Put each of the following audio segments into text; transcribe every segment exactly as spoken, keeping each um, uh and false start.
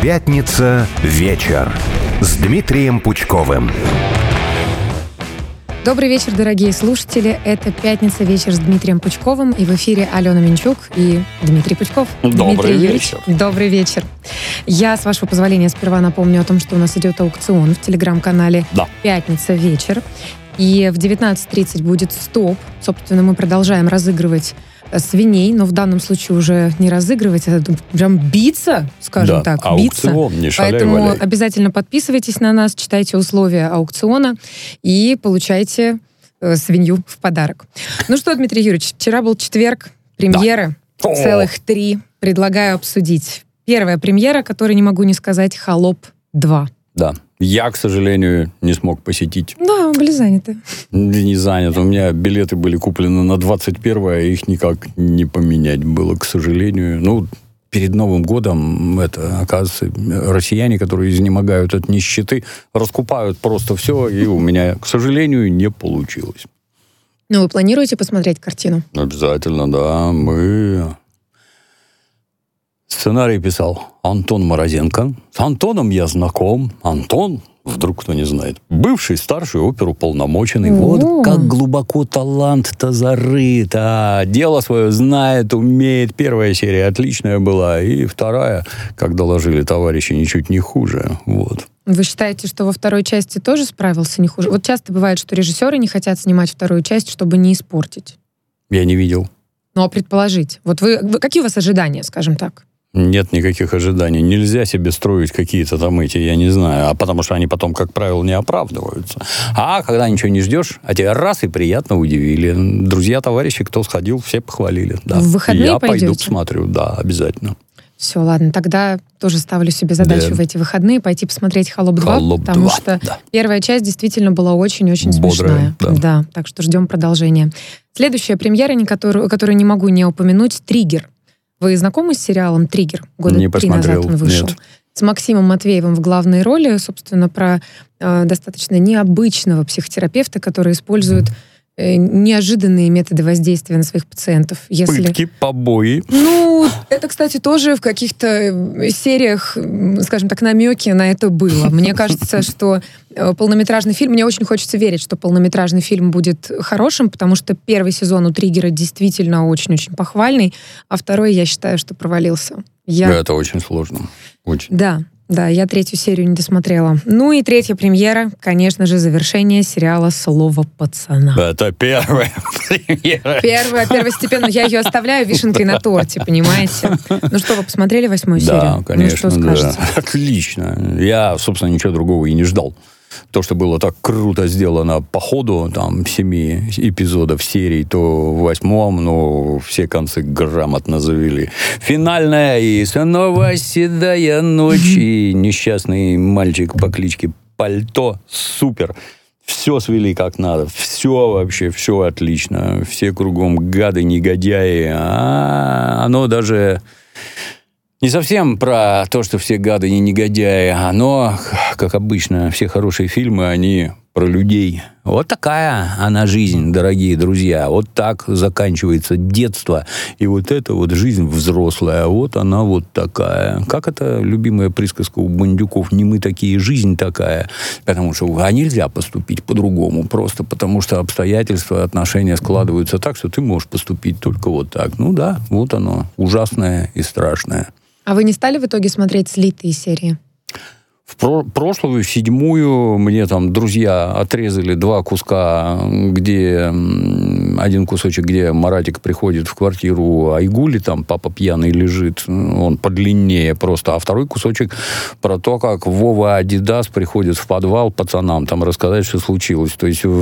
Пятница вечер с Дмитрием Пучковым. Добрый вечер, дорогие слушатели. Это «Пятница вечер» с Дмитрием Пучковым. И в эфире Алена Минчук и Дмитрий Пучков. Добрый Дмитрий вечер. Юрьевич, добрый вечер. Я, с вашего позволения, сперва напомню о том, что у нас идет аукцион в телеграм-канале Да. «Пятница вечер». И в девятнадцать тридцать будет стоп. Собственно, мы продолжаем разыгрывать свиней, но в данном случае уже не разыгрывать, а прям биться, скажем Да, так, биться. аукцион, не шаляй, Поэтому валяй. обязательно подписывайтесь на нас, читайте условия аукциона и получайте э, свинью в подарок. Ну что, Дмитрий Юрьевич, вчера был четверг, премьеры, Да. целых три. Предлагаю обсудить. Первая премьера, которую не могу не сказать, «Холоп два». Да. Я, к сожалению, не смог посетить. Да, были заняты. Не занят. У меня билеты были куплены на двадцать первое, а их никак не поменять было, к сожалению. Ну, перед Новым годом, это, оказывается, россияне, которые изнемогают от нищеты, раскупают просто все, и у меня, к сожалению, не получилось. Ну, вы планируете посмотреть картину? Обязательно, да. Мы... Сценарий писал Антон Морозенко. С Антоном я знаком. Антон, вдруг кто не знает, бывший старший оперуполномоченный. О. Вот как глубоко талант-то зарыт. А дело свое знает, умеет. Первая серия отличная была. И вторая, как доложили товарищи, ничуть не хуже. Вот. Вы считаете, что во второй части тоже справился не хуже? Вот часто бывает, что режиссеры не хотят снимать вторую часть, чтобы не испортить. Я не видел. Ну, а предположить? Вот вы, вы какие у вас ожидания, скажем так? Нет никаких ожиданий. Нельзя себе строить какие-то там эти, я не знаю, а потому что они потом, как правило, не оправдываются. А когда ничего не ждешь, а тебя раз и приятно удивили. Друзья, товарищи, кто сходил, все похвалили. Да. В выходные я пойдете? пойду посмотрю, да, обязательно. Все, ладно, тогда тоже ставлю себе задачу Да. в эти выходные пойти посмотреть «Холоп два», «Холоп потому два», что да. первая часть действительно была очень-очень Бодрая, смешная. да. так что ждем продолжения. Следующая премьера, не которую, которую не могу не упомянуть, «Триггер». Вы знакомы с сериалом «Триггер»? Года Не три назад посмотрел, он вышел. нет. С Максимом Матвеевым в главной роли, собственно, про э, достаточно необычного психотерапевта, который использует э, неожиданные методы воздействия на своих пациентов. Если... Пытки, побои. Ну, это, кстати, тоже в каких-то э, сериях, м, скажем так, намеки на это было. Мне кажется, что э, полнометражный фильм, мне очень хочется верить, что полнометражный фильм будет хорошим, потому что первый сезон у «Триггера» действительно очень-очень похвальный, а второй, я считаю, что провалился. Я... Это очень сложно. Очень. Да, да, я третью серию не досмотрела. Ну и третья премьера, конечно же, завершение сериала «Слово пацана». Это первая премьера. Первая, первостепенно. Я ее оставляю вишенкой на торте, понимаете? Ну что, вы посмотрели восьмую серию? Да, конечно, ну, что да. скажете? Отлично. Я, собственно, ничего другого и не ждал. То, что было так круто сделано по ходу, там, семи эпизодов серий, то в восьмом, ну, все концы грамотно завели. Финальная и снова седая ночь, и несчастный мальчик по кличке Пальто. Супер. Все свели как надо. Все вообще, все отлично. Все кругом гады, негодяи. А оно даже... Не совсем про то, что все гады и негодяи, оно, как обычно, все хорошие фильмы, они про людей. Вот такая она жизнь, дорогие друзья. Вот так заканчивается детство. И вот эта вот жизнь взрослая, вот она вот такая. Как это любимая присказка у бандюков? Не мы такие, жизнь такая. Потому что а нельзя поступить по-другому. Просто потому что обстоятельства, отношения складываются так, что ты можешь поступить только вот так. Ну да, вот оно, ужасное и страшное. А вы не стали в итоге смотреть слитые серии? В про- прошлую, в седьмую, мне там друзья отрезали два куска, где один кусочек, где Маратик приходит в квартиру Айгули, там папа пьяный лежит, он подлиннее просто, а второй кусочек про то, как Вова Адидас приходит в подвал пацанам там рассказать, что случилось. То есть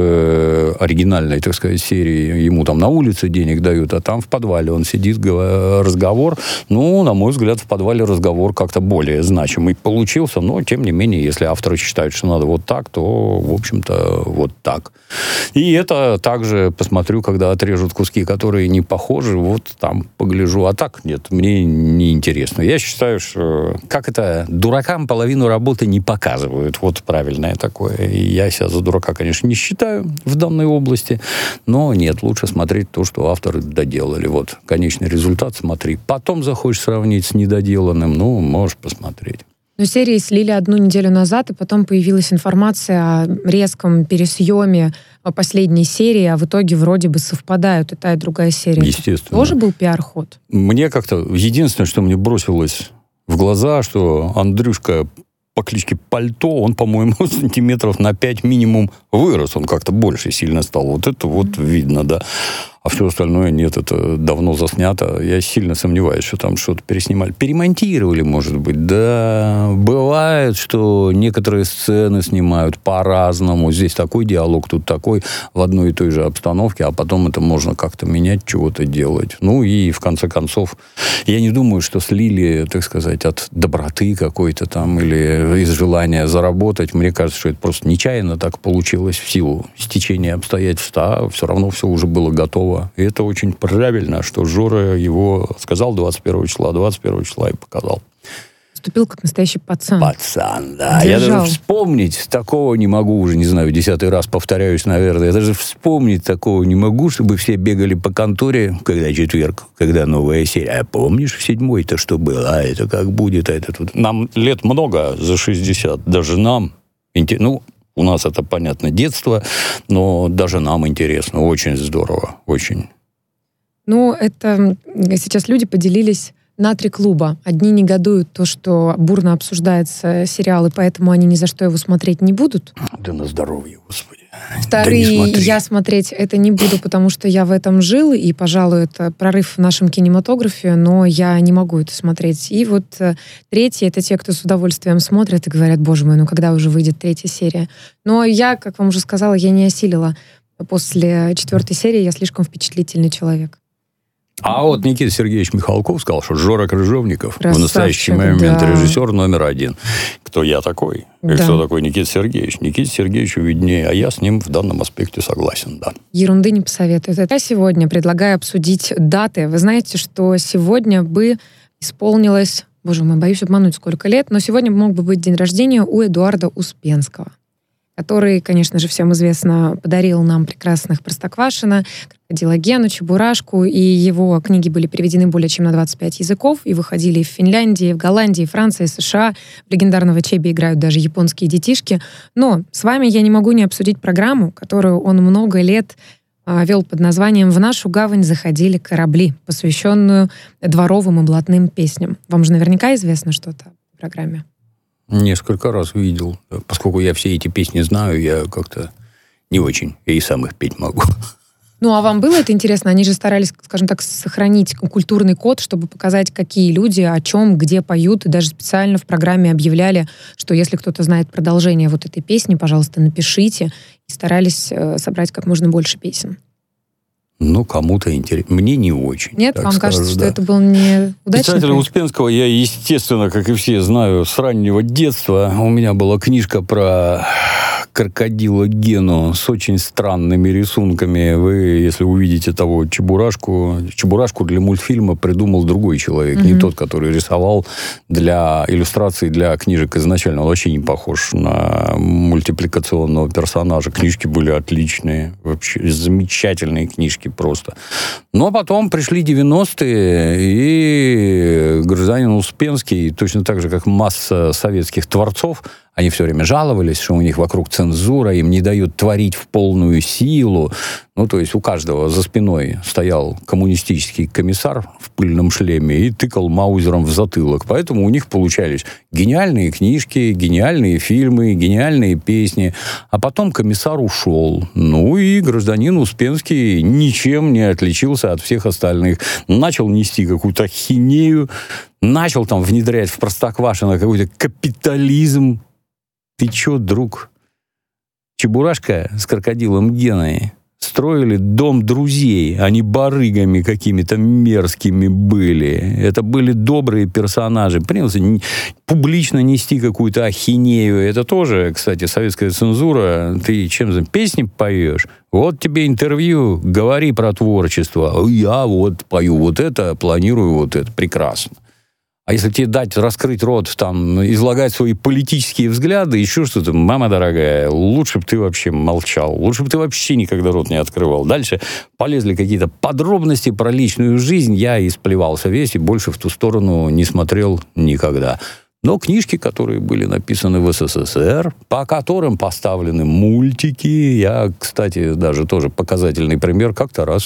в оригинальной, так сказать, серии ему там на улице денег дают, а там в подвале он сидит, разговор. Ну, на мой взгляд, в подвале разговор как-то более значимый получился. Но, тем не менее, если авторы считают, что надо вот так, то, в общем-то, вот так. И это также посмотрели посмотрю, когда отрежут куски, которые не похожи, вот там погляжу. А так нет, мне не интересно. Я считаю, что как это, дуракам половину работы не показывают. Вот правильное такое. И я себя за дурака, конечно, не считаю в данной области, но нет, лучше смотреть то, что авторы доделали. Вот, конечный результат смотри. Потом захочешь сравнить с недоделанным, ну, можешь посмотреть. Но серии слили одну неделю назад, и потом появилась информация о резком пересъеме последней серии, а в итоге вроде бы совпадают и та, и другая серия. Естественно. Тоже был пиар-ход? Мне как-то... Единственное, что мне бросилось в глаза, что Андрюшка по кличке Пальто, он, по-моему, сантиметров на пять минимум вырос. Он как-то больше сильно стал. Вот это вот видно, да. А все остальное нет, это давно заснято. Я сильно сомневаюсь, что там что-то переснимали. Перемонтировали, может быть. Да, бывает, что некоторые сцены снимают по-разному. Здесь такой диалог, тут такой, в одной и той же обстановке, а потом это можно как-то менять, чего-то делать. Ну и, в конце концов, я не думаю, что слили, так сказать, от доброты какой-то там или из желания заработать. Мне кажется, что это просто нечаянно так получилось в силу стечения обстоятельств, а все равно все уже было готово. И это очень правильно, что Жора его сказал двадцать первого числа, двадцать первого числа и показал. Вступил как настоящий пацан. Пацан, да. Держал. Я даже вспомнить такого не могу, уже не знаю, десятый раз повторяюсь, наверное. Я даже вспомнить такого не могу, чтобы все бегали по конторе, когда четверг, когда новая серия. А помнишь, в седьмой-то что было? А это как будет? А это тут... Нам лет много, за шестьдесят. Даже нам. Ну, у нас это, понятно, детство, но даже нам интересно. Очень здорово, очень. Ну, это сейчас люди поделились на три клуба. Одни негодуют то, что бурно обсуждается сериал, и поэтому они ни за что его смотреть не будут. Да на здоровье, Господи. Вторые, да я смотреть это не буду, потому что я в этом жил, и, пожалуй, это прорыв в нашем кинематографе, но я не могу это смотреть. И вот третьи — это те, кто с удовольствием смотрят и говорят: боже мой, ну когда уже выйдет третья серия? Но я, как вам уже сказала, я не осилила. После четвертой серии я слишком впечатлительный человек. А вот Никита Сергеевич Михалков сказал, что Жора Крыжовников Красавчик, в настоящий момент да. режиссер номер один. Кто я такой? Да. И кто такой Никита Сергеевич? Никита Сергеевичу виднее, а я с ним в данном аспекте согласен, да. Ерунды не посоветуют. Я сегодня предлагаю обсудить даты. Вы знаете, что сегодня бы исполнилось, боже мой, боюсь обмануть, сколько лет, но сегодня мог бы быть день рождения у Эдуарда Успенского, который, конечно же, всем известно, подарил нам прекрасных Простоквашино, Крокодила Гену, Чебурашку, и его книги были переведены более чем на двадцать пять языков и выходили и в Финляндии, и в Голландии, и Франции, и США. В легендарного Чеби играют даже японские детишки. Но с вами я не могу не обсудить программу, которую он много лет а, вел под названием «В нашу гавань заходили корабли», посвященную дворовым и блатным песням. Вам же наверняка известно что-то о программе. Несколько раз видел. Поскольку я все эти песни знаю, я как-то не очень. Я и сам их петь могу. Ну, а вам было это интересно? Они же старались, скажем так, сохранить культурный код, чтобы показать, какие люди, о чем, где поют. И даже специально в программе объявляли, что если кто-то знает продолжение вот этой песни, пожалуйста, напишите. И старались э, собрать как можно больше песен. Ну, кому-то интересно. Мне не очень. Нет, вам скажу, кажется, да. что это был не удачный Писателя проект? Успенского я, естественно, как и все, знаю с раннего детства. У меня была книжка про крокодила Гену с очень странными рисунками. Вы, если увидите того Чебурашку, Чебурашку для мультфильма придумал другой человек, mm-hmm. не тот, который рисовал для иллюстраций для книжек изначально. Он вообще не похож на мультипликационного персонажа. Книжки были отличные. Вообще замечательные книжки просто. Но потом пришли девяностые, и гражданин Успенский, точно так же, как масса советских творцов, они все время жаловались, что у них вокруг цензура, им не дают творить в полную силу. Ну, то есть у каждого за спиной стоял коммунистический комиссар в пыльном шлеме и тыкал маузером в затылок. Поэтому у них получались гениальные книжки, гениальные фильмы, гениальные песни. А потом комиссар ушел. Ну, и гражданин Успенский ничем не отличился от всех остальных. Начал нести какую-то ахинею, начал там внедрять в Простоквашино какой-то капитализм. Ты чё, друг? Чебурашка с крокодилом Геной строили дом друзей, они барыгами какими-то мерзкими были. Это были добрые персонажи. Понимаете, публично нести какую-то ахинею, это тоже, кстати, советская цензура. Ты чем за песни поешь? Вот тебе интервью, говори про творчество. Я вот пою вот это, планирую вот это. Прекрасно. А если тебе дать раскрыть рот, там, излагать свои политические взгляды, еще что-то, мама дорогая, лучше бы ты вообще молчал, лучше бы ты вообще никогда рот не открывал. Дальше полезли какие-то подробности про личную жизнь, я и сплевался весь, и больше в ту сторону не смотрел никогда. Но книжки, которые были написаны в СССР, по которым поставлены мультики, я, кстати, даже тоже показательный пример, как-то раз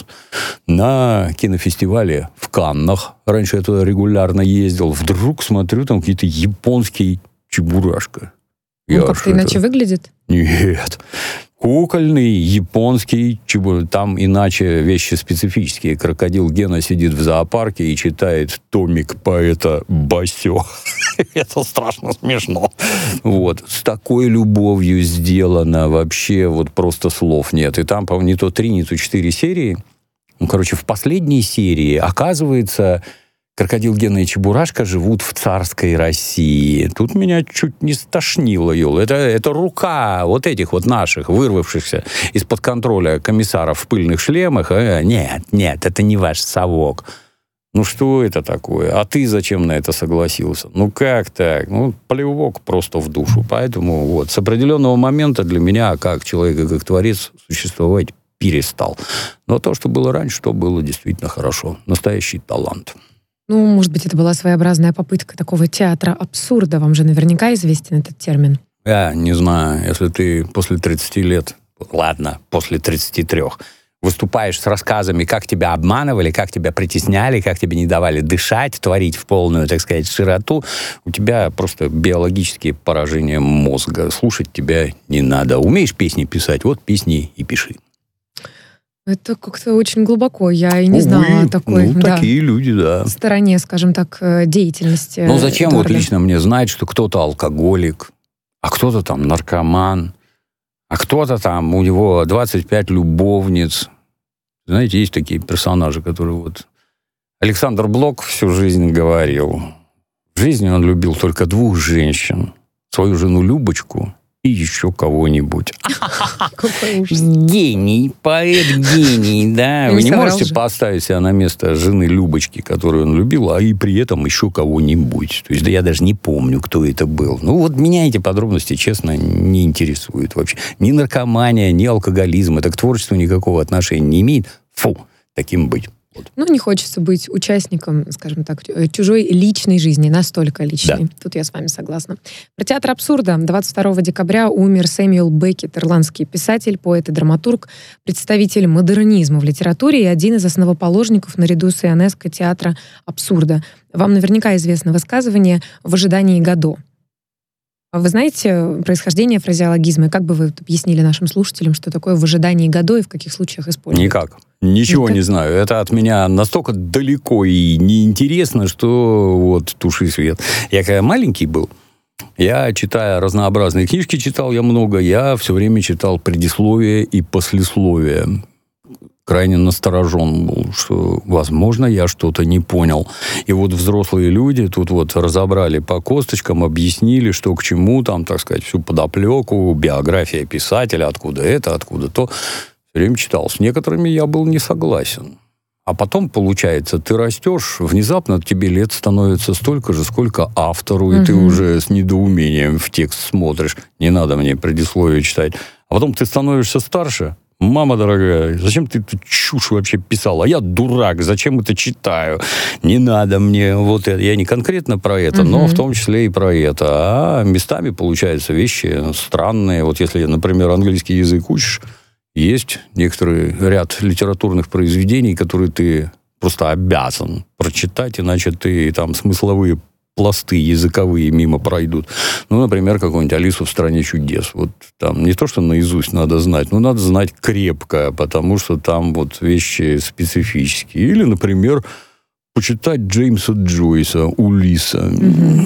на кинофестивале в Каннах, раньше я туда регулярно ездил, вдруг смотрю, там какие-то японские чебурашка. Он я как-то иначе это... выглядит? Нет. Кукольный, японский, чебур... там иначе вещи специфические. Крокодил Гена сидит в зоопарке и читает томик поэта Басё. Это страшно смешно. Вот. С такой любовью сделано вообще, вот просто слов нет. И там, по-моему, не то три, не то четыре серии. Ну, короче, в последней серии, оказывается, Крокодил Гена и Чебурашка живут в царской России. Тут меня чуть не стошнило, ёл. Это, это рука вот этих вот наших, вырвавшихся из-под контроля комиссаров в пыльных шлемах. Э, нет, нет, это не ваш совок. Ну, что это такое? А ты зачем на это согласился? Ну, как так? Ну, плевок просто в душу. Поэтому вот с определенного момента для меня, как человека, как творец, существовать перестал. Но то, что было раньше, то было действительно хорошо. Настоящий талант. Ну, может быть, это была своеобразная попытка такого театра абсурда. Вам же наверняка известен этот термин. Я не знаю, если ты после тридцати лет, ладно, после тридцати трёх, выступаешь с рассказами, как тебя обманывали, как тебя притесняли, как тебе не давали дышать, творить в полную, так сказать, широту, у тебя просто биологические поражения мозга. Слушать тебя не надо. Умеешь песни писать, вот песни и пиши. Это как-то очень глубоко. Я и не знала Увы, о такой ну, да, такие люди, да. стороне, скажем так, деятельности. Ну, зачем Эдуарда? вот лично мне знать, что кто-то алкоголик, а кто-то там наркоман, а кто-то там, у него двадцать пять любовниц. Знаете, есть такие персонажи, которые вот... Александр Блок всю жизнь говорил. В жизни он любил только двух женщин. Свою жену Любочку и еще кого-нибудь. Гений, поэт-гений, да. Вы не можете поставить себя на место жены Любочки, которую он любил, а и при этом еще кого-нибудь. То есть, да я даже не помню, кто это был. Ну, вот меня эти подробности, честно, не интересуют вообще. Ни наркомания, ни алкоголизм. Это к творчеству никакого отношения не имеет. Фу, таким быть. Вот. Ну, не хочется быть участником, скажем так, чужой личной жизни, настолько личной. Да. Тут я с вами согласна. Про театр абсурда. двадцать второго декабря умер Сэмюэл Беккет, ирландский писатель, поэт и драматург, представитель модернизма в литературе и один из основоположников наряду с ионеско театра абсурда. Вам наверняка известно высказывание «в ожидании Годо». Вы знаете происхождение фразеологизма? И как бы вы объяснили нашим слушателям, что такое «в ожидании Годо» и в каких случаях используют? Никак. Ничего Никак? не знаю. Это от меня настолько далеко и неинтересно, что вот туши свет. Я когда маленький был, я, читая разнообразные книжки, читал я много, я все время читал предисловие и послесловие. Крайне насторожен был, что, возможно, я что-то не понял. И вот взрослые люди тут вот разобрали по косточкам, объяснили, что к чему, там, так сказать, всю подоплеку, биография писателя, откуда это, откуда то. Все время читал. С некоторыми я был не согласен. А потом, получается, ты растешь, внезапно тебе лет становится столько же, сколько автору, и угу. ты уже с недоумением в текст смотришь. Не надо мне предисловие читать. А потом ты становишься старше. Мама дорогая, зачем ты эту чушь вообще писал? А я дурак, зачем это читаю? Не надо мне вот это. Я не конкретно про это, угу. но в том числе и про это. А местами получаются вещи странные. Вот если, например, английский язык учишь, есть некоторый ряд литературных произведений, которые ты просто обязан прочитать, иначе ты там смысловые пласты языковые мимо пройдут. Ну, например, какую-нибудь «Алису в стране чудес». Вот там не то, что наизусть надо знать, но надо знать крепко, потому что там вот вещи специфические. Или, например, почитать Джеймса Джойса «Улисса». Mm-hmm.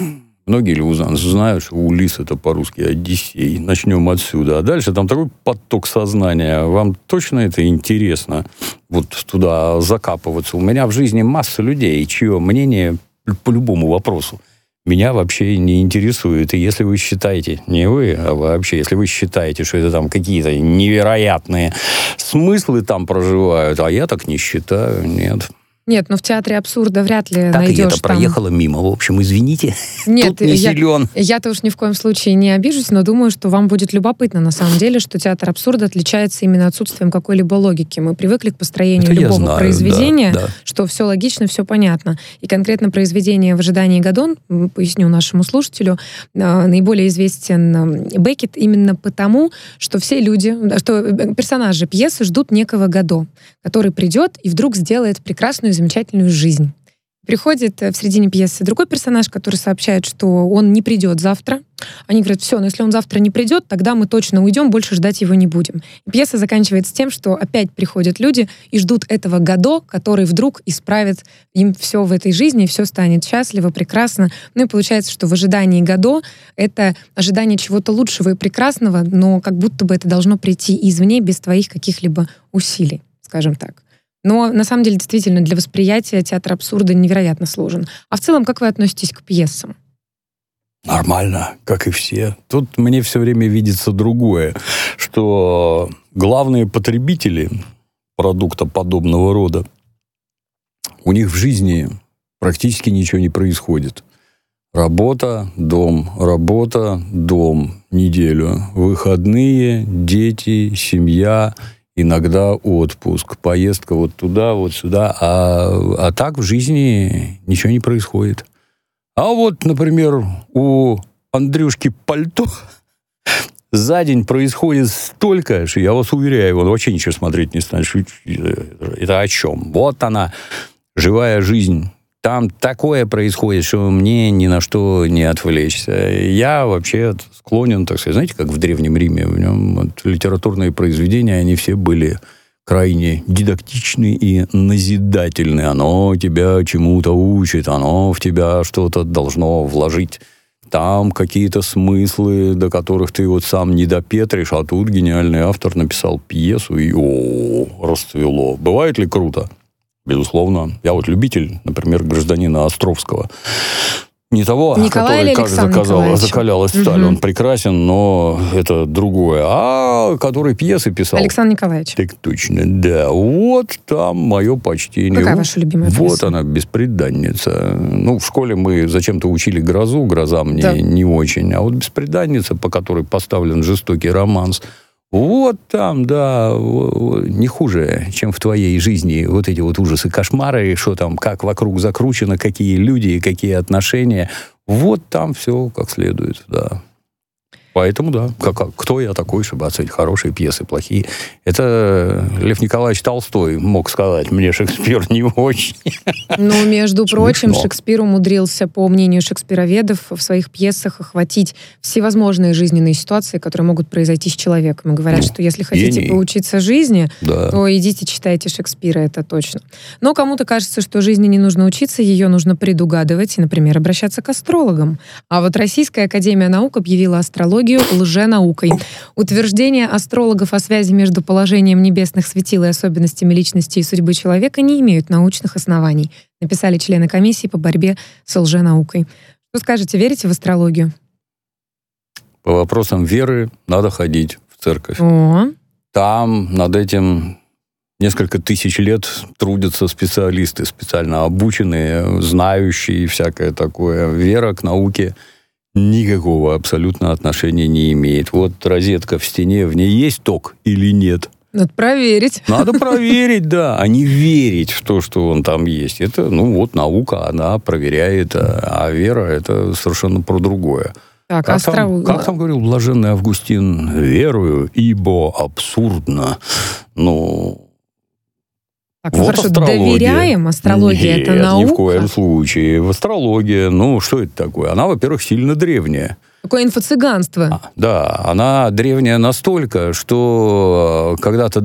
Многие люди знают, что Улисс — это по-русски Одиссей. Начнем отсюда. А дальше там такой поток сознания. Вам точно это интересно? Вот туда закапываться. У меня в жизни масса людей, чье мнение по любому вопросу меня вообще не интересует. И если вы считаете, не вы, а вообще, если вы считаете, что это там какие-то невероятные смыслы там проживают, а я так не считаю, нет. Нет, но в театре абсурда вряд ли так найдешь и это там... проехало мимо. В общем, извините, Нет, тут не я, силен. Я-то уж ни в коем случае не обижусь, но думаю, что вам будет любопытно, на самом деле, что театр абсурда отличается именно отсутствием какой-либо логики. Мы привыкли к построению это любого знаю, произведения, да, да. что все логично, все понятно. И конкретно произведение «В ожидании Годо», поясню нашему слушателю, наиболее известен Беккет именно потому, что все люди, что персонажи пьесы ждут некого Годо, который придет и вдруг сделает прекрасную, замечательную жизнь. Приходит в середине пьесы другой персонаж, который сообщает, что он не придет завтра. Они говорят, все, но если он завтра не придет, тогда мы точно уйдем, больше ждать его не будем. И пьеса заканчивается тем, что опять приходят люди и ждут этого Годо, который вдруг исправит им все в этой жизни, и все станет счастливо, прекрасно. Ну и получается, что в ожидании Годо это ожидание чего-то лучшего и прекрасного, но как будто бы это должно прийти извне, без твоих каких-либо усилий, скажем так. Но, на самом деле, действительно, для восприятия театр абсурда невероятно сложен. А в целом, как вы относитесь к пьесам? Нормально, как и все. Тут мне все время видится другое, что главные потребители продукта подобного рода, у них в жизни практически ничего не происходит. Работа, дом, работа, дом, неделю, выходные, дети, семья, иногда отпуск, поездка вот туда, вот сюда, а, а так в жизни ничего не происходит. А вот, например, у Андрюшки Пальто за день происходит столько, что я вас уверяю, он вообще ничего смотреть не станет. Это о чем? Вот она, живая жизнь. Там такое происходит, что мне ни на что не отвлечься. Я вообще склонен, так сказать, знаете, как в Древнем Риме, в нем вот, литературные произведения, они все были крайне дидактичны и назидательны. Оно тебя чему-то учит, оно в тебя что-то должно вложить. Там какие-то смыслы, до которых ты вот сам не допетришь, а тут гениальный автор написал пьесу, и о, расцвело. Бывает ли круто? Безусловно. Я вот любитель, например, гражданина Островского. Не того, Николай который, как заказал, закалялась сталь. Угу. Он прекрасен, но это другое. А который пьесы писал. Александр Николаевич. Так точно, да. Вот там мое почтение. Какая ваша любимая пьеса? Вот она, «Бесприданница». Ну, в школе мы зачем-то учили «Грозу». «Гроза» мне да. не очень. А вот «Бесприданница», по которой поставлен жестокий романс, вот там, да, не хуже, чем в твоей жизни вот эти вот ужасы, кошмары, что там, как вокруг закручено, какие люди, какие отношения. Вот там все как следует, да. Поэтому, да, как, кто я такой, чтобы оценить хорошие пьесы, плохие. Это Лев Николаевич Толстой мог сказать, мне Шекспир не очень. Но, между прочим, Шекспир умудрился, по мнению шекспироведов, в своих пьесах охватить всевозможные жизненные ситуации, которые могут произойти с человеком. И говорят, ну, что если хотите гений. поучиться жизни, да. то идите читайте Шекспира, это точно. Но кому-то кажется, что жизни не нужно учиться, ее нужно предугадывать и, например, обращаться к астрологам. А вот Российская академия наук объявила астрологию лженаукой. Утверждения астрологов о связи между положением небесных светил и особенностями личности и судьбы человека не имеют научных оснований, написали члены комиссии по борьбе с лженаукой. Что скажете, верите в астрологию? По вопросам веры надо ходить в церковь. О. Там над этим несколько тысяч лет трудятся специалисты, специально обученные, знающие всякое такое. Вера к науке никакого абсолютно отношения не имеет. Вот розетка в стене, в ней есть ток или нет? Надо проверить. Надо проверить, да, а не верить в то, что он там есть. Это, ну, вот наука, она проверяет, а вера — это совершенно про другое. Так, как, астрол... там, как там говорил блаженный Августин? «Верую, ибо абсурдно». Ну... Так, ну вот хорошо, астрология. Доверяем? Астрология — это наука? Ни в коем случае. В астрологии, ну, что это такое? Она, во-первых, сильно древняя. Такое инфо-цыганство. А, да, она древняя настолько, что когда-то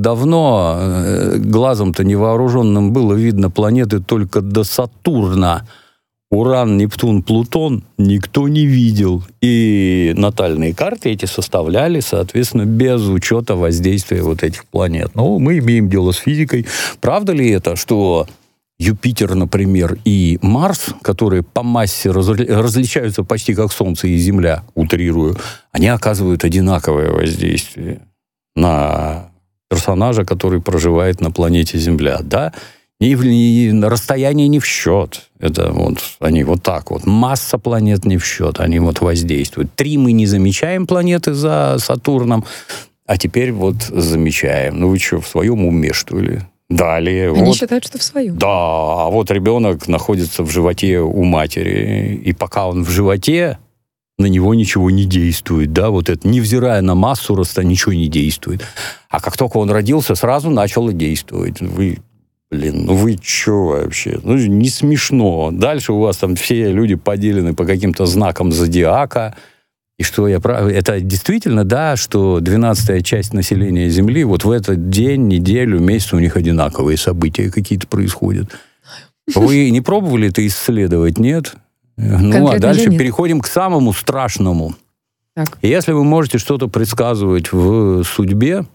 давно глазом-то невооруженным было видно планеты только до Сатурна. Уран, Нептун, Плутон никто не видел. И натальные карты эти составляли, соответственно, без учета воздействия вот этих планет. Ну, мы имеем дело с физикой. Правда ли это, что Юпитер, например, и Марс, которые по массе разли- различаются почти как Солнце и Земля, утрирую, они оказывают одинаковое воздействие на персонажа, который проживает на планете Земля, да? И, и расстояние не в счет. Это вот они вот так вот. Масса планет не в счет. Они вот воздействуют. Три мы не замечаем планеты за Сатурном, а теперь вот замечаем. Ну вы что, в своем уме, что ли? Далее. Они вот, считают, что в своем. Да, а вот ребенок находится в животе у матери. И пока он в животе, на него ничего не действует. Да, вот это, невзирая на массу роста, ничего не действует. А как только он родился, сразу начало действовать. Вы... Блин, ну вы чё вообще? Ну, не смешно. Дальше у вас там все люди поделены по каким-то знакам зодиака. И что я прав... Это действительно, да, что двенадцатая часть населения Земли вот в этот день, неделю, месяц у них одинаковые события какие-то происходят. Вы не пробовали это исследовать? Нет? Ну, а дальше переходим к самому страшному. Так. Если вы можете что-то предсказывать в судьбе,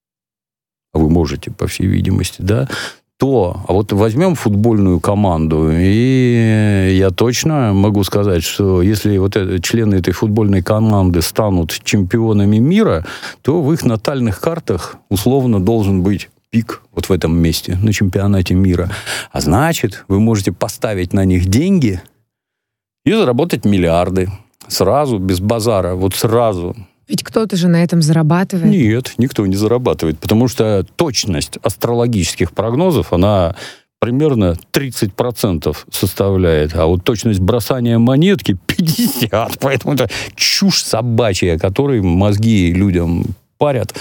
а вы можете, по всей видимости, да, то, а вот возьмем футбольную команду, и я точно могу сказать, что если вот это, члены этой футбольной команды станут чемпионами мира, то в их натальных картах условно должен быть пик вот в этом месте, на чемпионате мира. А значит, вы можете поставить на них деньги и заработать миллиарды. Сразу, без базара, вот сразу. Ведь кто-то же на этом зарабатывает. Нет, никто не зарабатывает, потому что точность астрологических прогнозов, она примерно тридцать процентов составляет, а вот точность бросания монетки пятьдесят процентов. Поэтому это чушь собачья, которой мозги людям парят.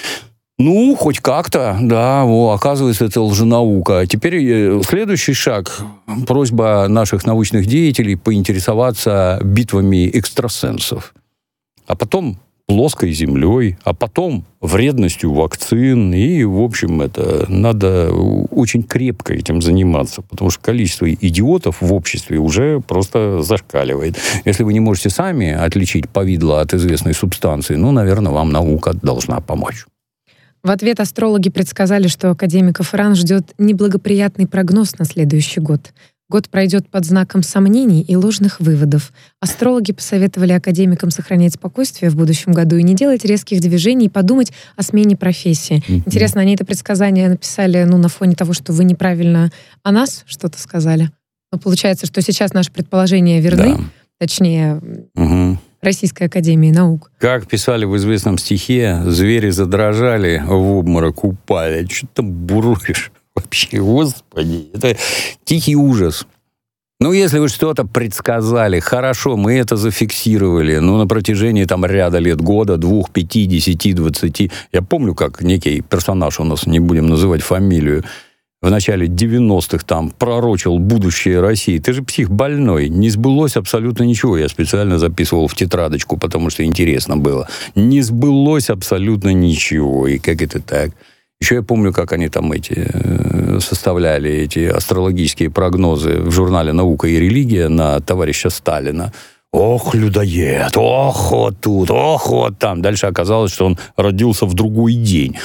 Ну, хоть как-то, да, о, оказывается, это лженаука. Теперь следующий шаг. Просьба наших научных деятелей поинтересоваться битвами экстрасенсов. А потом плоской землей, а потом вредностью вакцин. И, в общем, это надо очень крепко этим заниматься, потому что количество идиотов в обществе уже просто зашкаливает. Если вы не можете сами отличить повидло от известной субстанции, ну, наверное, вам наука должна помочь. В ответ астрологи предсказали, что академиков РАН ждет неблагоприятный прогноз на следующий год. Год пройдет под знаком сомнений и ложных выводов. Астрологи посоветовали академикам сохранять спокойствие в будущем году и не делать резких движений, и подумать о смене профессии. Mm-hmm. Интересно, они это предсказание написали ну, на фоне того, что вы неправильно о нас что-то сказали? Но получается, что сейчас наши предположения верны, да. Точнее, mm-hmm. Российской академии наук. Как писали в известном стихе, звери задрожали, в обморок упали. Что ты там буруешь? Вообще, господи, это тихий ужас. Ну, если вы что-то предсказали, хорошо, мы это зафиксировали, ну, на протяжении там ряда лет, года, двух, пяти, десяти, двадцати. Я помню, как некий персонаж у нас, не будем называть фамилию, в начале девяностых там пророчил будущее России. Ты же псих больной. Не сбылось абсолютно ничего. Я специально записывал в тетрадочку, потому что интересно было. Не сбылось абсолютно ничего. И как это так? Еще я помню, как они там эти составляли эти астрологические прогнозы в журнале «Наука и религия» на товарища Сталина. Ох, людоед, ох, вот тут, ох, вот там. Дальше оказалось, что он родился в другой день.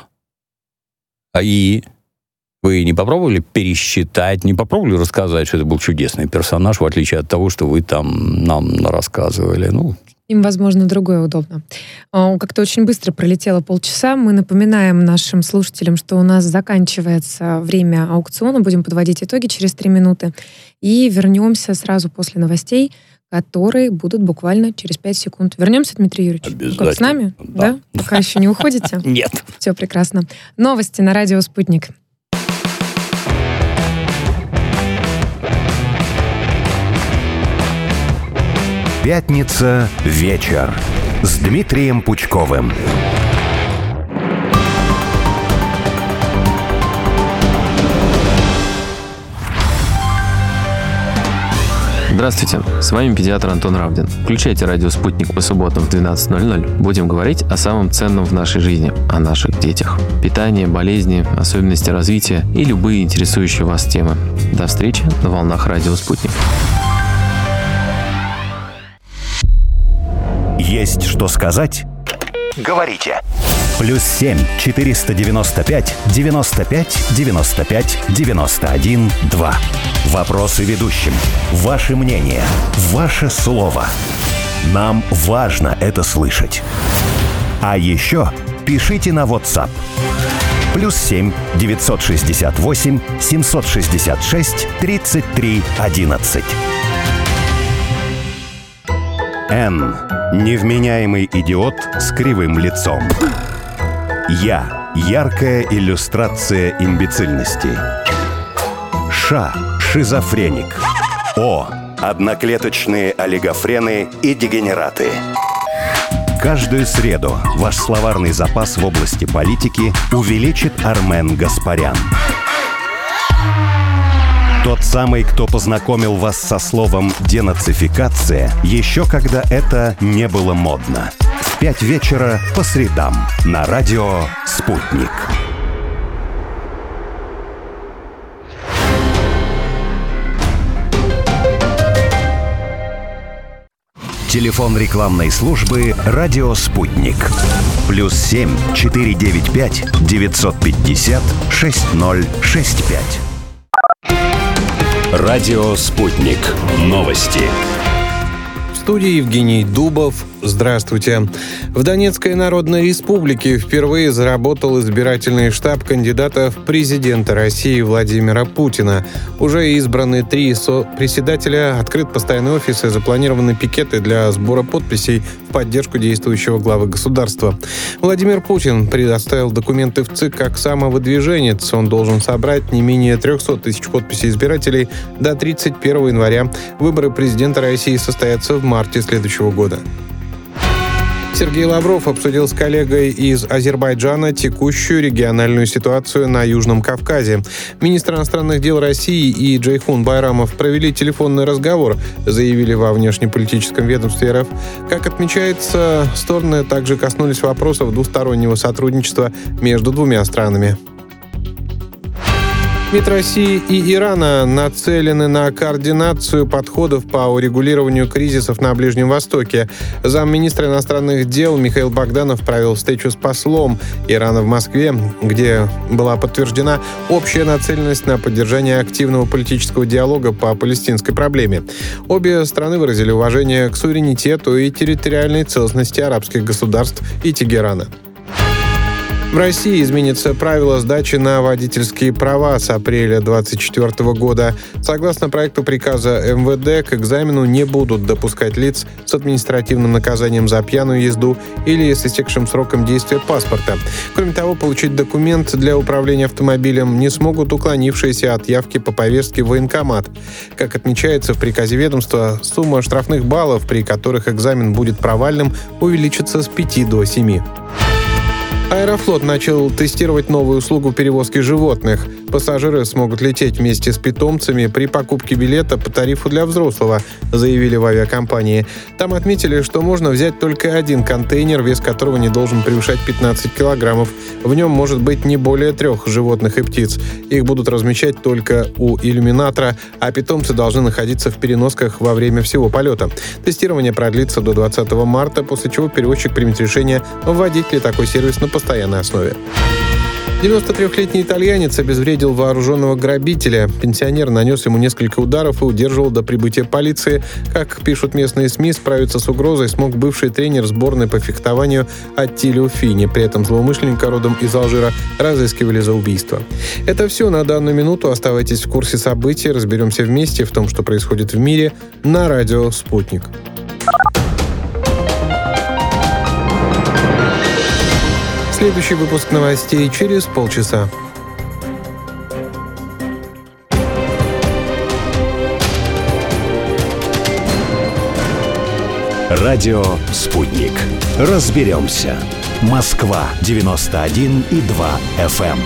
А и вы не попробовали пересчитать, не попробовали рассказать, что это был чудесный персонаж, в отличие от того, что вы там нам рассказывали? Ну, им, возможно, другое удобно. Как-то очень быстро пролетело полчаса. Мы напоминаем нашим слушателям, что у нас заканчивается время аукциона. Будем подводить итоги через три минуты. И вернемся сразу после новостей, которые будут буквально через пять секунд. Вернемся, Дмитрий Юрьевич? Обязательно. Как, с нами? Да. да? Пока еще не уходите? Нет. Все прекрасно. Новости на радио «Спутник». Пятница. Вечер. С Дмитрием Пучковым. Здравствуйте, с вами педиатр Антон Равдин. Включайте радио «Спутник» по субботам в двенадцать ноль ноль. Будем говорить о самом ценном в нашей жизни, о наших детях. Питание, болезни, особенности развития и любые интересующие вас темы. До встречи на волнах радио «Спутник». Есть что сказать? Говорите. Плюс семь четыреста девяносто пять девяносто пять девяносто пять девяносто один два. Вопросы ведущим. Ваше мнение. Ваше слово. Нам важно это слышать. А еще пишите на WhatsApp. Плюс семь девятьсот шестьдесят восемь семьсот шестьдесят шесть тридцать три одиннадцать. Н. Невменяемый идиот с кривым лицом. Я. Яркая иллюстрация имбецильности. Ш. Шизофреник. О. Одноклеточные олигофрены и дегенераты. Каждую среду ваш словарный запас в области политики увеличит Армен Гаспарян. Тот самый, кто познакомил вас со словом «денацификация» еще когда это не было модно. В пять вечера по средам на радио «Спутник». Телефон рекламной службы «Радио Спутник». Плюс семь четыре девять пять девятьсот пятьдесят шесть ноль шесть пять. Радио «Спутник». Новости. В студии Евгений Дубов. Здравствуйте. В Донецкой Народной Республике впервые заработал избирательный штаб кандидата в президенты России Владимира Путина. Уже избраны три сопредседателя, открыт постоянный офис и запланированы пикеты для сбора подписей в поддержку действующего главы государства. Владимир Путин предоставил документы в ЦИК как самовыдвиженец. Он должен собрать не менее триста тысяч подписей избирателей до тридцать первого января. Выборы президента России состоятся в марте следующего года. Сергей Лавров обсудил с коллегой из Азербайджана текущую региональную ситуацию на Южном Кавказе. Министр иностранных дел России и Джейхун Байрамов провели телефонный разговор, заявили во внешнеполитическом ведомстве РФ. Как отмечается, стороны также коснулись вопросов двустороннего сотрудничества между двумя странами. МИД России и Ирана нацелены на координацию подходов по урегулированию кризисов на Ближнем Востоке. Замминистра иностранных дел Михаил Богданов провел встречу с послом Ирана в Москве, где была подтверждена общая нацеленность на поддержание активного политического диалога по палестинской проблеме. Обе страны выразили уважение к суверенитету и территориальной целостности арабских государств и Тегерана. В России изменится правило сдачи на водительские права с апреля двадцать четвёртого года. Согласно проекту приказа эм вэ дэ, к экзамену не будут допускать лиц с административным наказанием за пьяную езду или с истекшим сроком действия паспорта. Кроме того, получить документ для управления автомобилем не смогут уклонившиеся от явки по повестке в военкомат. Как отмечается в приказе ведомства, сумма штрафных баллов, при которых экзамен будет провальным, увеличится с пяти до семи. Аэрофлот начал тестировать новую услугу перевозки животных. Пассажиры смогут лететь вместе с питомцами при покупке билета по тарифу для взрослого, заявили в авиакомпании. Там отметили, что можно взять только один контейнер, вес которого не должен превышать пятнадцать килограммов. В нем может быть не более трех животных и птиц. Их будут размещать только у иллюминатора, а питомцы должны находиться в переносках во время всего полета. Тестирование продлится до двадцатого марта, после чего перевозчик примет решение, вводить ли такой сервис на постоянной основе. девяносто трёхлетний итальянец обезвредил вооруженного грабителя. Пенсионер нанес ему несколько ударов и удерживал до прибытия полиции. Как пишут местные СМИ, справиться с угрозой смог бывший тренер сборной по фехтованию Аттилио Фини. При этом злоумышленника родом из Алжира разыскивали за убийство. Это все на данную минуту. Оставайтесь в курсе событий. Разберемся вместе в том, что происходит в мире, на радио «Спутник». Следующий выпуск новостей через полчаса. Радио «Спутник». Разберемся. Москва девяносто один и два эф эм.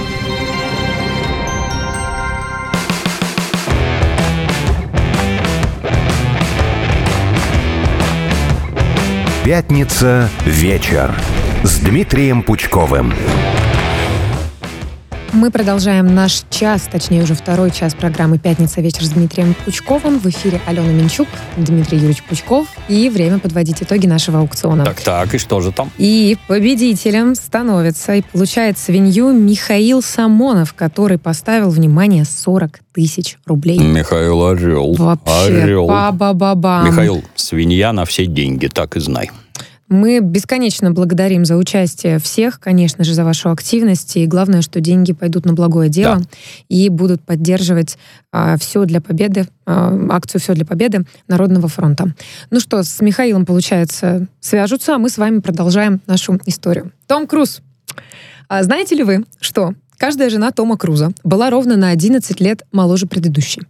Пятница. Вечер. С Дмитрием Пучковым. Мы продолжаем наш час, точнее уже второй час программы «Пятница. Вечер» с Дмитрием Пучковым. В эфире Алена Минчук, Дмитрий Юрьевич Пучков. И время подводить итоги нашего аукциона. Так-так, и что же там? И победителем становится и получает свинью Михаил Самонов, который поставил, внимание, сорок тысяч рублей. Михаил Орел. Вообще, Орел. ба-ба-ба-бам. Михаил, свинья на все деньги, так и знай. Мы бесконечно благодарим за участие всех, конечно же, за вашу активность. И главное, что деньги пойдут на благое дело, да, и будут поддерживать а, «Все для победы», а, акцию «Все для победы» Народного фронта. Ну что, с Михаилом, получается, свяжутся, а мы с вами продолжаем нашу историю. Том Круз. А знаете ли вы, что каждая жена Тома Круза была ровно на одиннадцать лет моложе предыдущей?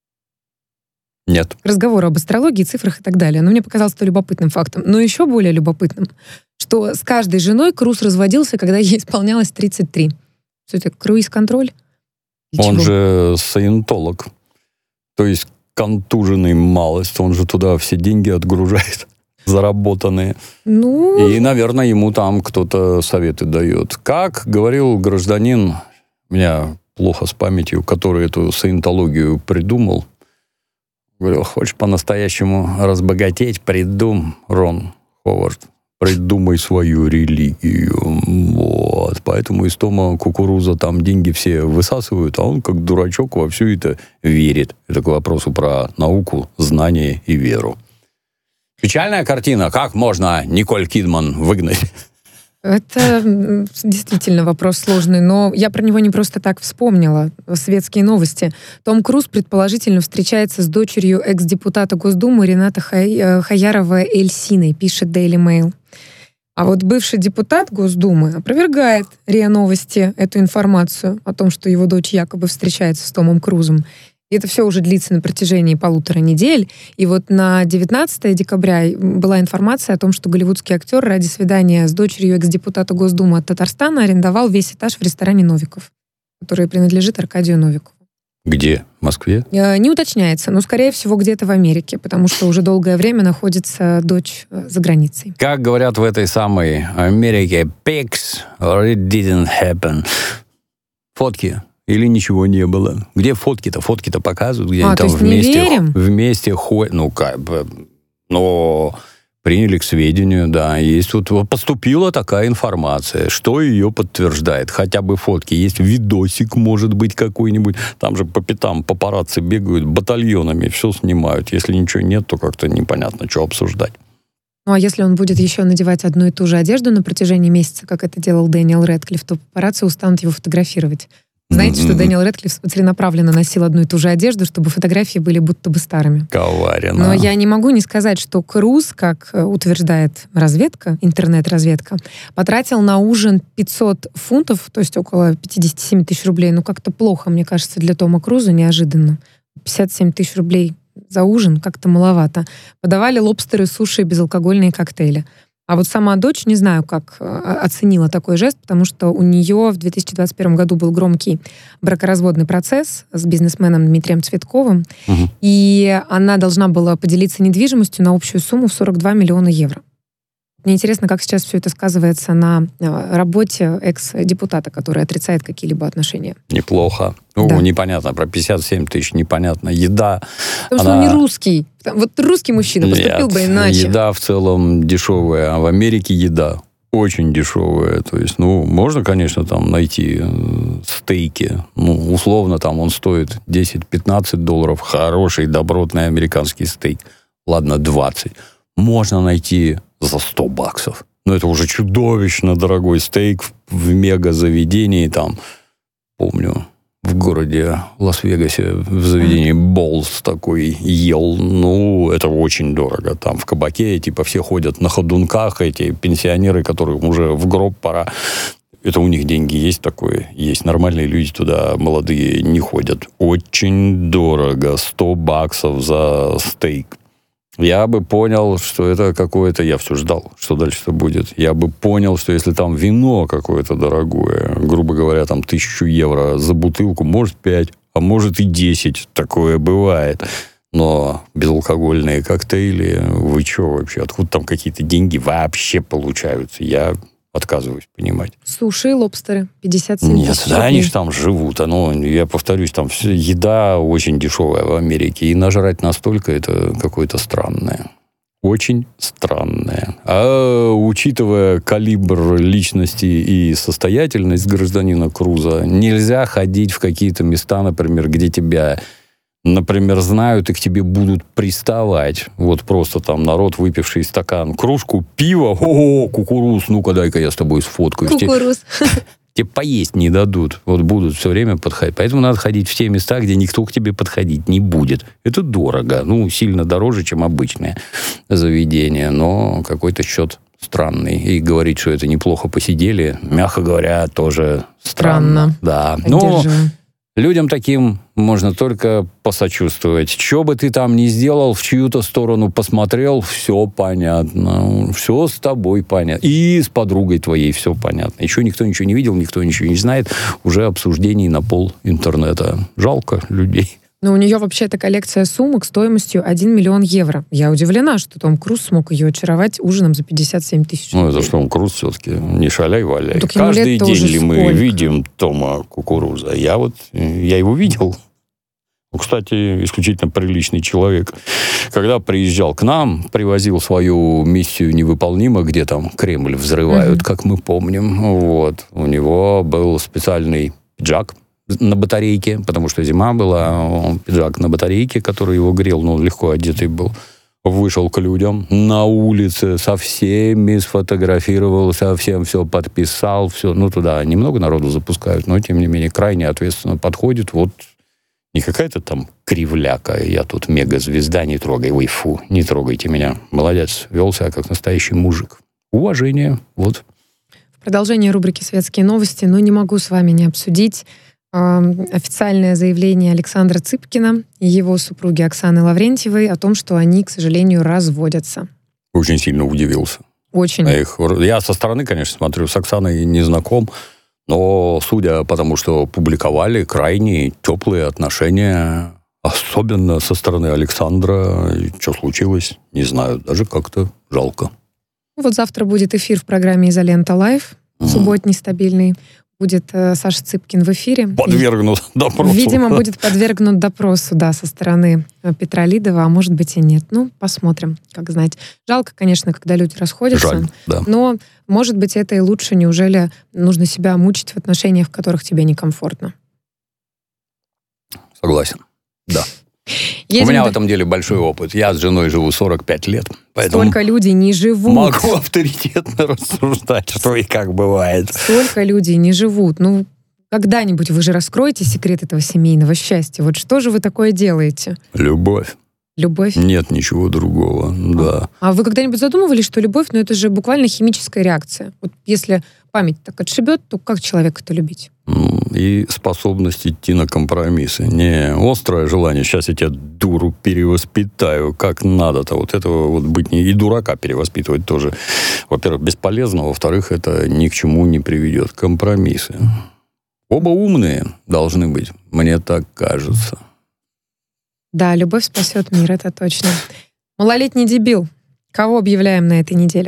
Нет. Разговоры об астрологии, цифрах и так далее. Но мне показалось это любопытным фактом. Но еще более любопытным, что с каждой женой Круз разводился, когда ей исполнялось тридцать три. Что это, круиз-контроль? И он чего? же саентолог. То есть контуженный малость. Он же туда все деньги отгружает, заработанные. Ну... И, наверное, ему там кто-то советы дает. Как говорил гражданин, у меня плохо с памятью, который эту саентологию придумал, говорил, хочешь по-настоящему разбогатеть, придум, Рон Ховард, придумай свою религию. Вот. Поэтому из Тома Кукуруза там деньги все высасывают, а он как дурачок во все это верит. Это к вопросу про науку, знание и веру. Печальная картина. Как можно Николь Кидман выгнать? Это действительно вопрос сложный, но я про него не просто так вспомнила. Светские новости. Том Круз предположительно встречается с дочерью экс-депутата Госдумы Рената Хай... Хаярова Эльсиной, пишет Daily Mail. А вот бывший депутат Госдумы опровергает РИА Новости эту информацию о том, что его дочь якобы встречается с Томом Крузом. И это все уже длится на протяжении полутора недель. И вот на девятнадцатое декабря была информация о том, что голливудский актер ради свидания с дочерью экс-депутата Госдумы от Татарстана арендовал весь этаж в ресторане «Новиков», который принадлежит Аркадию Новикову. Где? В Москве? Не уточняется, но, скорее всего, где-то в Америке, потому что уже долгое время находится дочь за границей. Как говорят в этой самой Америке, pics or it didn't happen. Фотки. Или ничего не было. Где фотки-то? Фотки-то показывают, где а, они там вместе, вместе ходят. Ну, как бы, но приняли к сведению, да. Есть вот поступила такая информация, что ее подтверждает. Хотя бы фотки. Есть видосик, может быть, какой-нибудь. Там же по пятам папарацци бегают батальонами, все снимают. Если ничего нет, то как-то непонятно, что обсуждать. Ну, а если он будет еще надевать одну и ту же одежду на протяжении месяца, как это делал Дэниел Рэдклифф, то папарацци устанут его фотографировать. Знаете, что Дэниел Рэдклифф целенаправленно носил одну и ту же одежду, чтобы фотографии были будто бы старыми. Коварно. Но я не могу не сказать, что Круз, как утверждает разведка, интернет-разведка, потратил на ужин пятьсот фунтов, то есть около пятьдесят семь тысяч рублей. Ну, как-то плохо, мне кажется, для Тома Круза, неожиданно. пятьдесят семь тысяч рублей за ужин как-то маловато. Подавали лобстеры, суши и безалкогольные коктейли. А вот сама дочь, не знаю, как оценила такой жест, потому что у нее в две тысячи двадцать первом году был громкий бракоразводный процесс с бизнесменом Дмитрием Цветковым, угу. и она должна была поделиться недвижимостью на общую сумму в сорок два миллиона евро. Мне интересно, как сейчас все это сказывается на работе экс-депутата, который отрицает какие-либо отношения. Неплохо. Ну, да. Непонятно. Про пятьдесят семь тысяч непонятно. Еда... Потому она... что он не русский. Вот русский мужчина поступил Нет, бы иначе. Еда в целом дешевая. А в Америке еда очень дешевая. То есть, ну, можно, конечно, там найти стейки. Ну, условно, там он стоит десять-пятнадцать долларов. Хороший, добротный американский стейк. Ладно, двадцать. Можно найти за сто баксов. Но это уже чудовищно дорогой стейк в, в мега-заведении. Там, помню, в городе Лас-Вегасе в заведении Болс такой ел. Ну, это очень дорого. Там в кабаке типа все ходят на ходунках, эти пенсионеры, которым уже в гроб пора. Это у них деньги есть такое. Есть нормальные люди туда, молодые, не ходят. Очень дорого. сто баксов за стейк. Я бы понял, что это какое-то... Я все ждал, что дальше-то будет. Я бы понял, что если там вино какое-то дорогое, грубо говоря, там тысячу евро за бутылку, может пять, а может и десять. Такое бывает. Но безалкогольные коктейли, вы что вообще? Откуда там какие-то деньги вообще получаются? Я отказываюсь понимать. Суши и лобстеры. пятьдесят семь Нет, тысяч да, рублей. они же там живут. Оно, я повторюсь, там все, еда очень дешевая в Америке. И нажрать настолько, это какое-то странное. Очень странное. А учитывая калибр личности и состоятельность гражданина Круза, нельзя ходить в какие-то места, например, где тебя... Например, знают, и к тебе будут приставать. Вот просто там народ, выпивший стакан, кружку пива, о, кукуруз, ну-ка дай-ка я с тобой сфоткаюсь. Кукуруз. Тебе поесть не дадут. Вот будут все время подходить. Поэтому надо ходить в те места, где никто к тебе подходить не будет. Это дорого. Ну, сильно дороже, чем обычное заведение. Но какой-то счет странный. И говорить, что это неплохо посидели, мягко говоря, тоже странно. Странно. Да. Но Поддерживаю. людям таким можно только посочувствовать. Что бы ты там ни сделал, в чью-то сторону посмотрел, все понятно. Все с тобой понятно. И с подругой твоей все понятно. Еще никто ничего не видел, никто ничего не знает. Уже обсуждений на пол интернета. Жалко людей. Но у нее вообще-то коллекция сумок стоимостью один миллион евро. Я удивлена, что Том Круз смог ее очаровать ужином за пятьдесят семь тысяч рублей. Ну, это что, он Круз все-таки. Не шаляй-валяй. Так ему Каждый лет-то день уже ли мы сколько? видим Тома Кукуруза? Я вот, я его видел. Ну, кстати, исключительно приличный человек. Когда приезжал к нам, привозил свою миссию невыполнимо, где там Кремль взрывают, mm-hmm. как мы помним. Вот. У него был специальный пиджак на батарейке, потому что зима была, он пиджак на батарейке, который его грел, но он легко одетый был. Вышел к людям на улице, со всеми сфотографировал, совсем все подписал, все. Ну, туда немного народу запускают, но, тем не менее, крайне ответственно подходит. Вот не какая-то там кривляка, я тут мегазвезда, не трогай, ой, фу, не трогайте меня. Молодец, вел себя как настоящий мужик. Уважение, вот. В продолжение рубрики «Светские новости», но не могу с вами не обсудить официальное заявление Александра Цыпкина и его супруги Оксаны Лаврентьевой о том, что они, к сожалению, разводятся. Очень сильно удивился. Очень. Я, их, я со стороны, конечно, смотрю, с Оксаной не знаком, но, судя по тому, что публиковали, крайне теплые отношения, особенно со стороны Александра. Что случилось, не знаю, даже как-то жалко. Вот завтра будет эфир в программе «Изолента Лайв», mm-hmm. субботний, стабильный. Будет э, Саша Цыпкин в эфире. Подвергнут и, допросу. Видимо, будет подвергнут допросу, да, со стороны Петра Лидова, а может быть и нет. Ну, посмотрим, как знать. Жалко, конечно, когда люди расходятся. Жаль, да. Но, может быть, это и лучше. Неужели нужно себя мучить в отношениях, в которых тебе некомфортно? Согласен, да. Едем У меня до... в этом деле большой опыт. Я с женой живу сорок пять лет. Поэтому Столько людей не живут. могу авторитетно рассуждать, что и как бывает. Столько людей не живут. Ну, когда-нибудь вы же раскроете секрет этого семейного счастья. Вот что же вы такое делаете? Любовь. Любовь? Нет ничего другого, да. А вы когда-нибудь задумывались, что любовь, ну это же буквально химическая реакция. Вот если память так отшибет, то как человека-то любить? И способность идти на компромиссы. Не острое желание, сейчас я тебя, дуру, перевоспитаю, как надо-то. Вот этого вот быть не... И дурака перевоспитывать тоже, во-первых, бесполезно, во-вторых, это ни к чему не приведет. Компромиссы. Оба умные должны быть, мне так кажется. Да, любовь спасет мир, это точно. Малолетний дебил. Кого объявляем на этой неделе?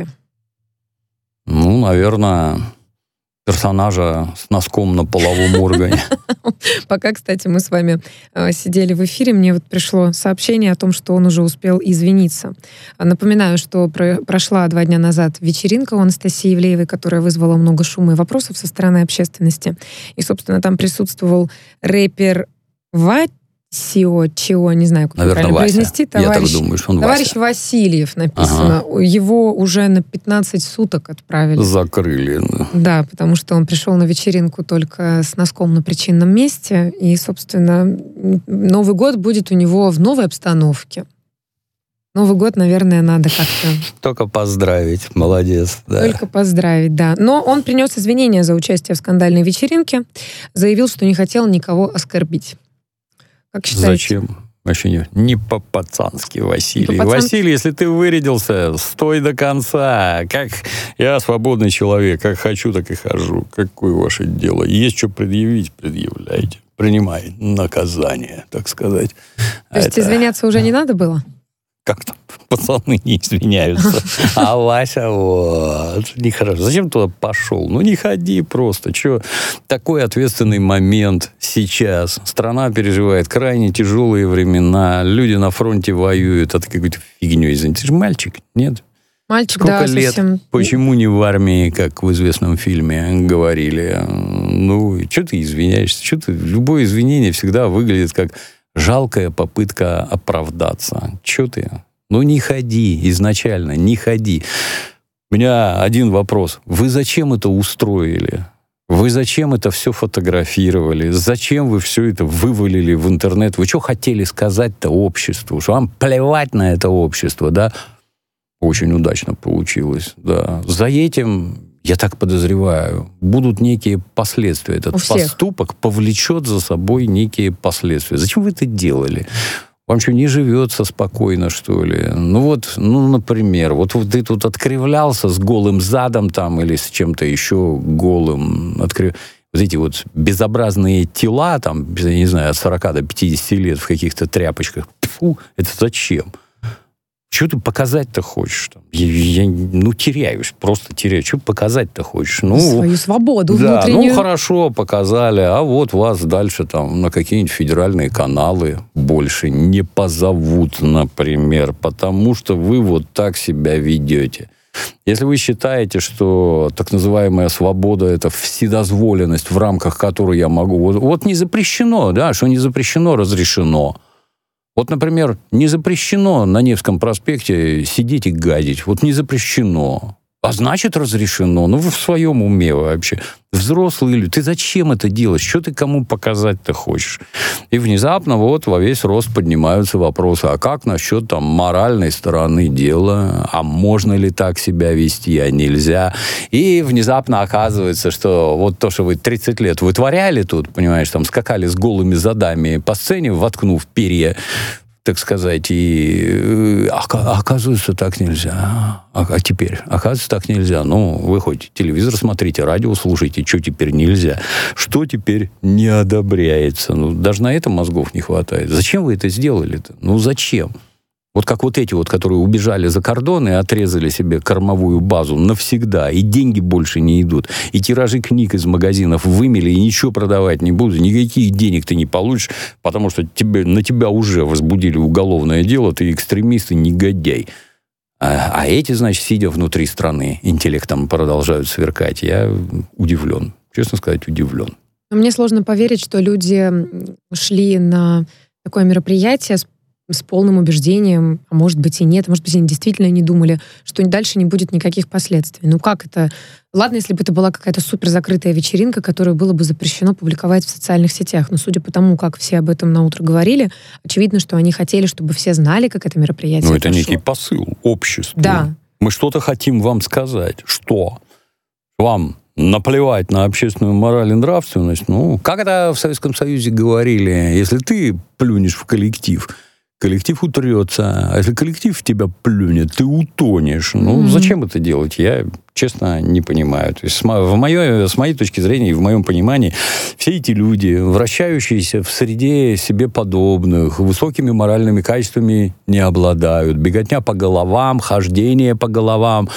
Ну, наверное, персонажа с носком на половом органе. Пока, кстати, мы с вами э, сидели в эфире, мне вот пришло сообщение о том, что он уже успел извиниться. Напоминаю, что про- прошла два дня назад вечеринка у Анастасии Ивлеевой, которая вызвала много шума и вопросов со стороны общественности. И, собственно, там присутствовал рэпер Вать, Сио, Чио, не знаю, как Наверное, правильно Вася. произнести. Товарищ, Товарищ, Я так думаю, что он товарищ Вася. Васильев написано. Ага. Его уже на пятнадцать суток отправили. Закрыли. Да, потому что он пришел на вечеринку только с носком на причинном месте. И, собственно, Новый год будет у него в новой обстановке. Новый год, наверное, надо как-то... Только поздравить. Молодец. Да. Только поздравить, да. Но он принес извинения за участие в скандальной вечеринке. Заявил, что не хотел никого оскорбить. Как считаете? Зачем? Вообще не, не по-пацански, Василий. Не по-пацански. Василий, если ты вырядился, стой до конца. Как я свободный человек, как хочу, так и хожу. Какое ваше дело? Есть что предъявить, предъявляйте. Принимай наказание, так сказать. То есть Это... извиняться уже не надо было? как там пацаны не извиняются. А Вася, вот, нехорошо. Зачем туда пошел? Ну, не ходи просто. Че, такой ответственный момент сейчас. Страна переживает крайне тяжелые времена. Люди на фронте воюют. А ты какой-то фигней, извините. Ты же мальчик, нет? Мальчик, Сколько да, лет? совсем... Почему не в армии, как в известном фильме говорили? Ну, что ты извиняешься? Что ты... Любое извинение всегда выглядит как жалкая попытка оправдаться. Что ты... Ну, не ходи изначально, не ходи. У меня один вопрос. Вы зачем это устроили? Вы зачем это все фотографировали? Зачем вы все это вывалили в интернет? Вы что хотели сказать-то обществу? Что вам плевать на это общество, да? Очень удачно получилось, да. За этим, я так подозреваю, будут некие последствия. Этот поступок повлечет за собой некие последствия. Зачем вы это делали? Вам что, не живется спокойно, что ли? Ну вот, ну, например, вот, вот ты тут откривлялся с голым задом там или с чем-то еще голым. Открив... Вот эти вот безобразные тела, там, я не знаю, от сорока до пятидесяти лет в каких-то тряпочках. Фу, это зачем? Что ты показать-то хочешь? Я, я, ну, теряюсь, просто теряюсь. Что показать-то хочешь? Ну, свою свободу да, внутреннюю. Ну, хорошо, показали, а вот вас дальше там на какие-нибудь федеральные каналы больше не позовут, например, потому что вы вот так себя ведете. Если вы считаете, что так называемая свобода – это вседозволенность, в рамках которой я могу... Вот, вот не запрещено, да, что не запрещено, разрешено. Вот, например, не запрещено на Невском проспекте сидеть и гадить. Вот не запрещено. А значит, разрешено. Ну, вы в своем уме вообще. Взрослые люди. Ты зачем это делаешь? Что ты кому показать-то хочешь? И внезапно вот во весь рост поднимаются вопросы. А как насчет там моральной стороны дела? А можно ли так себя вести, а нельзя? И внезапно оказывается, что вот то, что вы тридцать лет вытворяли тут, понимаешь, там скакали с голыми задами по сцене, воткнув перья, так сказать, и а, оказывается, так нельзя. А, а теперь, оказывается, так нельзя. Ну, вы хоть телевизор смотрите, радио слушайте, что теперь нельзя? Что теперь не одобряется? Ну, даже на это мозгов не хватает. Зачем вы это сделали-то? Ну, зачем? Вот как вот эти вот, которые убежали за кордон и отрезали себе кормовую базу навсегда, и деньги больше не идут, и тиражи книг из магазинов вымели, и ничего продавать не будут, никаких денег ты не получишь, потому что тебе, на тебя уже возбудили уголовное дело, ты экстремист и негодяй. А, а эти, значит, сидя внутри страны, интеллектом продолжают сверкать. Я удивлен, честно сказать, удивлен. Мне сложно поверить, что люди шли на такое мероприятие с с полным убеждением, а может быть и нет, может быть, они действительно не думали, что дальше не будет никаких последствий. Ну как это? Ладно, если бы это была какая-то супер закрытая вечеринка, которую было бы запрещено публиковать в социальных сетях. Но судя по тому, как все об этом наутро говорили, очевидно, что они хотели, чтобы все знали, как это мероприятие Ну это прошло. некий посыл обществу. Да. Мы что-то хотим вам сказать. Что? Вам наплевать на общественную мораль и нравственность? Ну, как это в Советском Союзе говорили, если ты плюнешь в коллектив, коллектив утрется, а если коллектив в тебя плюнет, ты утонешь. Ну, mm-hmm. зачем это делать? Я, честно, не понимаю. То есть, в моей, с моей точки зрения и в моем понимании, все эти люди, вращающиеся в среде себе подобных, высокими моральными качествами не обладают. Беготня по головам, хождение по головам,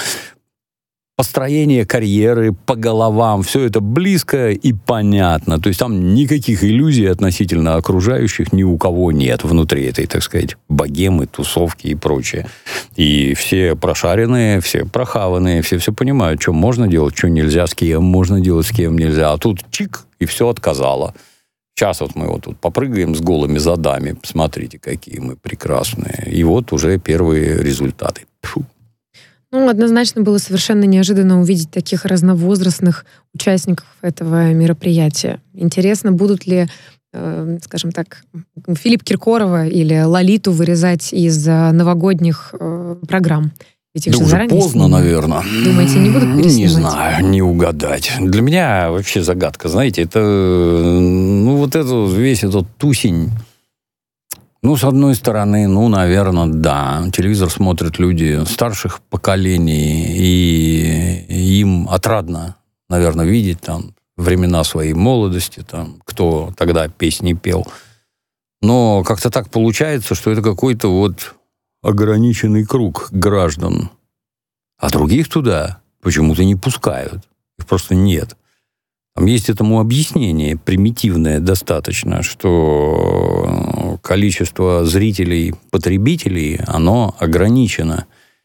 построение карьеры по головам, все это близко и понятно. То есть там никаких иллюзий относительно окружающих ни у кого нет внутри этой, так сказать, богемы, тусовки и прочее. И все прошаренные, все прохаванные, все все понимают, что можно делать, что нельзя, с кем можно делать, с кем нельзя. А тут чик, и все отказало. Сейчас вот мы вот тут попрыгаем с голыми задами. Посмотрите, какие мы прекрасные. И вот уже первые результаты. Фу. Ну, однозначно было совершенно неожиданно увидеть таких разновозрастных участников этого мероприятия. Интересно, будут ли, э, скажем так, Филипп Киркорова или Лолиту вырезать из новогодних э, программ? Ведь их да же уже заранее поздно, снимали. наверное. Думаете, не будут переснимать? Не знаю, не угадать. Для меня вообще загадка, знаете, это, ну, вот это, весь этот тусень. Ну, с одной стороны, ну, наверное, да. Телевизор смотрят люди старших поколений, и им отрадно, наверное, видеть там времена своей молодости, там, кто тогда песни пел. Но как-то так получается, что это какой-то вот ограниченный круг граждан. А других туда почему-то не пускают. Их просто нет. Там есть этому объяснение, примитивное достаточно, что количество зрителей, потребителей, оно ограничено.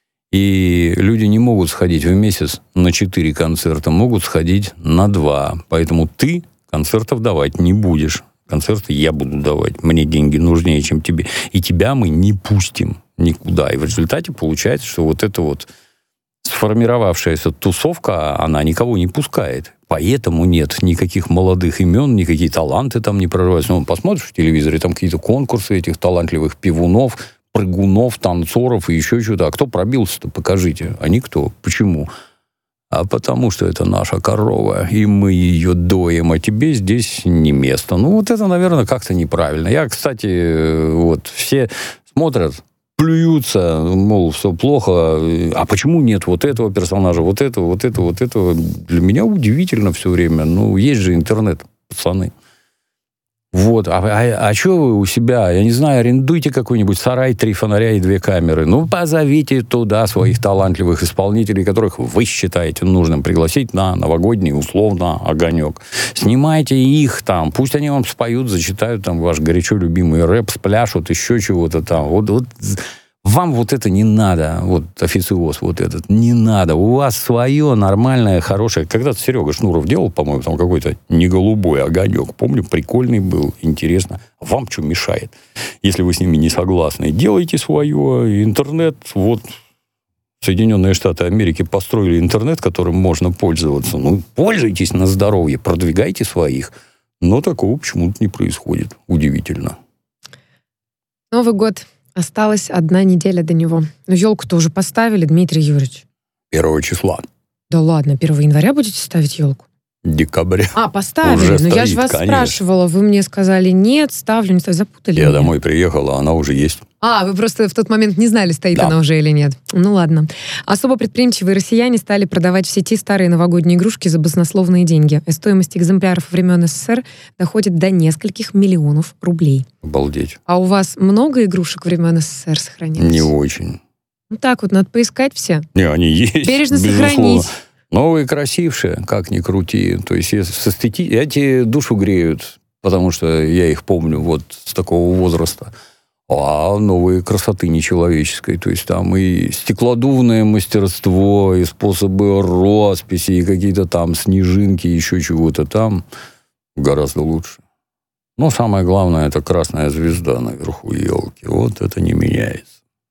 И люди не могут сходить в месяц на четыре концерта, могут сходить на два. Поэтому ты концертов давать не будешь. Концерты я буду давать. Мне деньги нужнее, чем тебе. И тебя мы не пустим никуда. И в результате получается, что вот эта вот сформировавшаяся тусовка, она никого не пускает. Поэтому нет никаких молодых имен, никакие таланты там не прорываются. Ну, посмотришь в телевизоре, там какие-то конкурсы этих талантливых пивунов, прыгунов, танцоров и еще что-то. А кто пробился-то, покажите. А никто. Почему? А потому что это наша корова, и мы ее доим, а тебе здесь не место. Ну, вот это, наверное, как-то неправильно. Я, кстати, вот, все смотрят, плюются, мол, все плохо. А почему нет вот этого персонажа, вот этого, вот этого, вот этого? Для меня удивительно все время. Ну, есть же интернет, пацаны. Вот, а, а, а что вы у себя, я не знаю, арендуйте какой-нибудь сарай, три фонаря и две камеры. Ну, позовите туда своих талантливых исполнителей, которых вы считаете нужным пригласить на новогодний, условно, огонек. Снимайте их там, пусть они вам споют, зачитают там ваш горячо любимый рэп, спляшут, еще чего-то там. Вот, вот вам вот это не надо, вот официоз вот этот, не надо. У вас свое нормальное, хорошее. Когда-то Серега Шнуров делал, по-моему, там какой-то не голубой огонек. Помню, прикольный был, интересно. Вам что мешает? Если вы с ними не согласны, делайте свое. Интернет, вот Соединенные Штаты Америки построили интернет, которым можно пользоваться. Ну, пользуйтесь на здоровье, продвигайте своих. Но такого почему-то не происходит. Удивительно. Новый год. Осталась одна неделя до него. Но елку-то уже поставили, Дмитрий Юрьевич. Первого числа. Да ладно, первого января будете ставить елку? Декабря. А, поставили. Уже Но стоит, я же вас конечно. спрашивала, вы мне сказали, нет, ставлю, не ставлю, запутали Я меня. домой приехал, а она уже есть. А, вы просто в тот момент не знали, стоит Да. она уже или нет. Ну ладно. Особо предприимчивые россияне стали продавать в сети старые новогодние игрушки за баснословные деньги. И стоимость экземпляров времен СССР доходит до нескольких миллионов рублей. Обалдеть. А у вас много игрушек времен СССР сохранилось? Не очень. Ну так вот, надо поискать все. Не, они есть. Бережно безусловно. сохранить. Новые, красившие, как ни крути. То есть с эстети... эти душу греют, потому что я их помню вот с такого возраста. А новые красоты нечеловеческой. То есть там и стеклодувное мастерство, и способы росписи, и какие-то там снежинки, еще чего-то там гораздо лучше. Но самое главное, это красная звезда наверху елки. Вот это не меняется.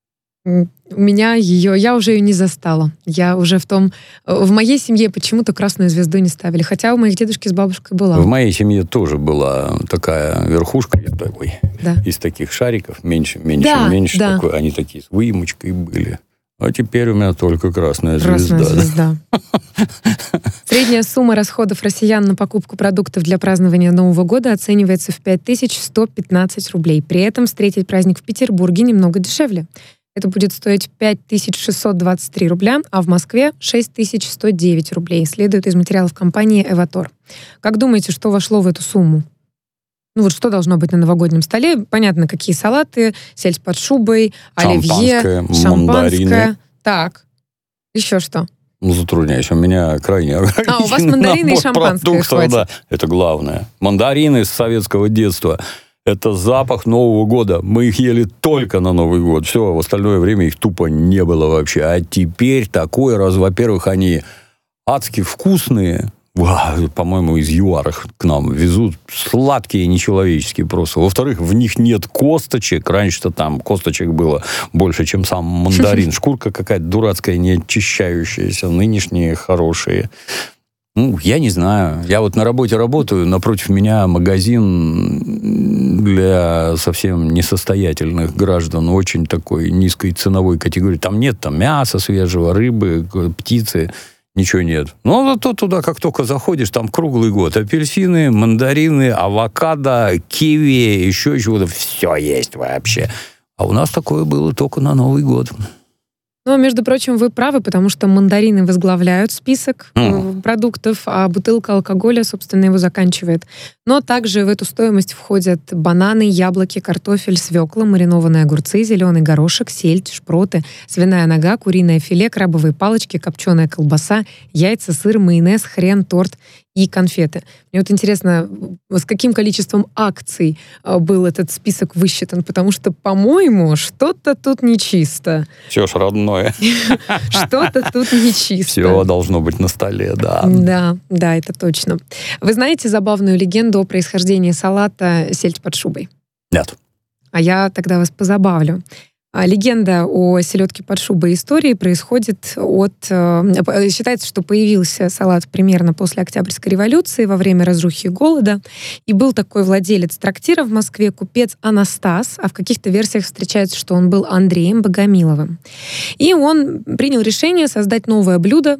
У меня ее, я уже ее не застала. Я уже в том... В моей семье почему-то красную звезду не ставили. Хотя у моих дедушки с бабушкой была. В моей семье тоже была такая верхушка ой, Да. из таких шариков. Меньше, меньше, Да, меньше. да. Такой. Они такие с выемочкой были. А теперь у меня только красная Красная звезда. звезда. Средняя сумма расходов россиян на покупку продуктов для празднования Нового года оценивается в пять тысяч сто пятнадцать рублей. При этом встретить праздник в Петербурге немного дешевле. Это будет стоить пять тысяч шестьсот двадцать три рубля, а в Москве шесть тысяч сто девять рублей, следует из материалов компании «Эватор». Как думаете, что вошло в эту сумму? Ну вот что должно быть на новогоднем столе? Понятно, какие салаты, сельдь под шубой, оливье, Шампанское, шампанское. мандарины. Так, еще что? Ну, затрудняюсь. У меня крайне ограниченный А, у вас мандарины и набор шампанское продуктов, хватит. да. Это главное. Мандарины с советского детства. Это запах Нового года. Мы их ели только на Новый год. Все, в остальное время их тупо не было вообще. А теперь такой раз, во-первых, они адски вкусные. Вау, по-моему, из ЮАР их к нам везут. Сладкие, нечеловеческие просто. Во-вторых, в них нет косточек. Раньше-то там косточек было больше, чем сам мандарин. Шкурка какая-то дурацкая, не очищающаяся. Нынешние хорошие. Ну, я не знаю. Я вот на работе работаю, напротив меня магазин для совсем несостоятельных граждан, очень такой низкой ценовой категории. Там нет там мяса свежего, рыбы, птицы, ничего нет. Но зато туда, как только заходишь, там круглый год. Апельсины, мандарины, авокадо, киви, еще чего-то. Все есть вообще. А у нас такое было только на Новый год. Но, между прочим, вы правы, потому что мандарины возглавляют список mm. продуктов, а бутылка алкоголя, собственно, его заканчивает. Но также в эту стоимость входят бананы, яблоки, картофель, свекла, маринованные огурцы, зеленый горошек, сельдь, шпроты, свиная нога, куриное филе, крабовые палочки, копченая колбаса, яйца, сыр, майонез, хрен, торт и конфеты. Мне вот интересно, с каким количеством акций был этот список высчитан, потому что, по-моему, что-то тут нечисто. Все ж родное. Что-то тут нечисто. Все должно быть на столе, да. Да, да, это точно. Вы знаете забавную легенду о происхождении салата «Сельдь под шубой»? Нет. А я тогда вас позабавлю. Легенда о селедке под шубой истории происходит от... Считается, что появился салат примерно после Октябрьской революции, во время разрухи и голода. И был такой владелец трактира в Москве, купец Анастас, а в каких-то версиях встречается, что он был Андреем Богомиловым. И он принял решение создать новое блюдо,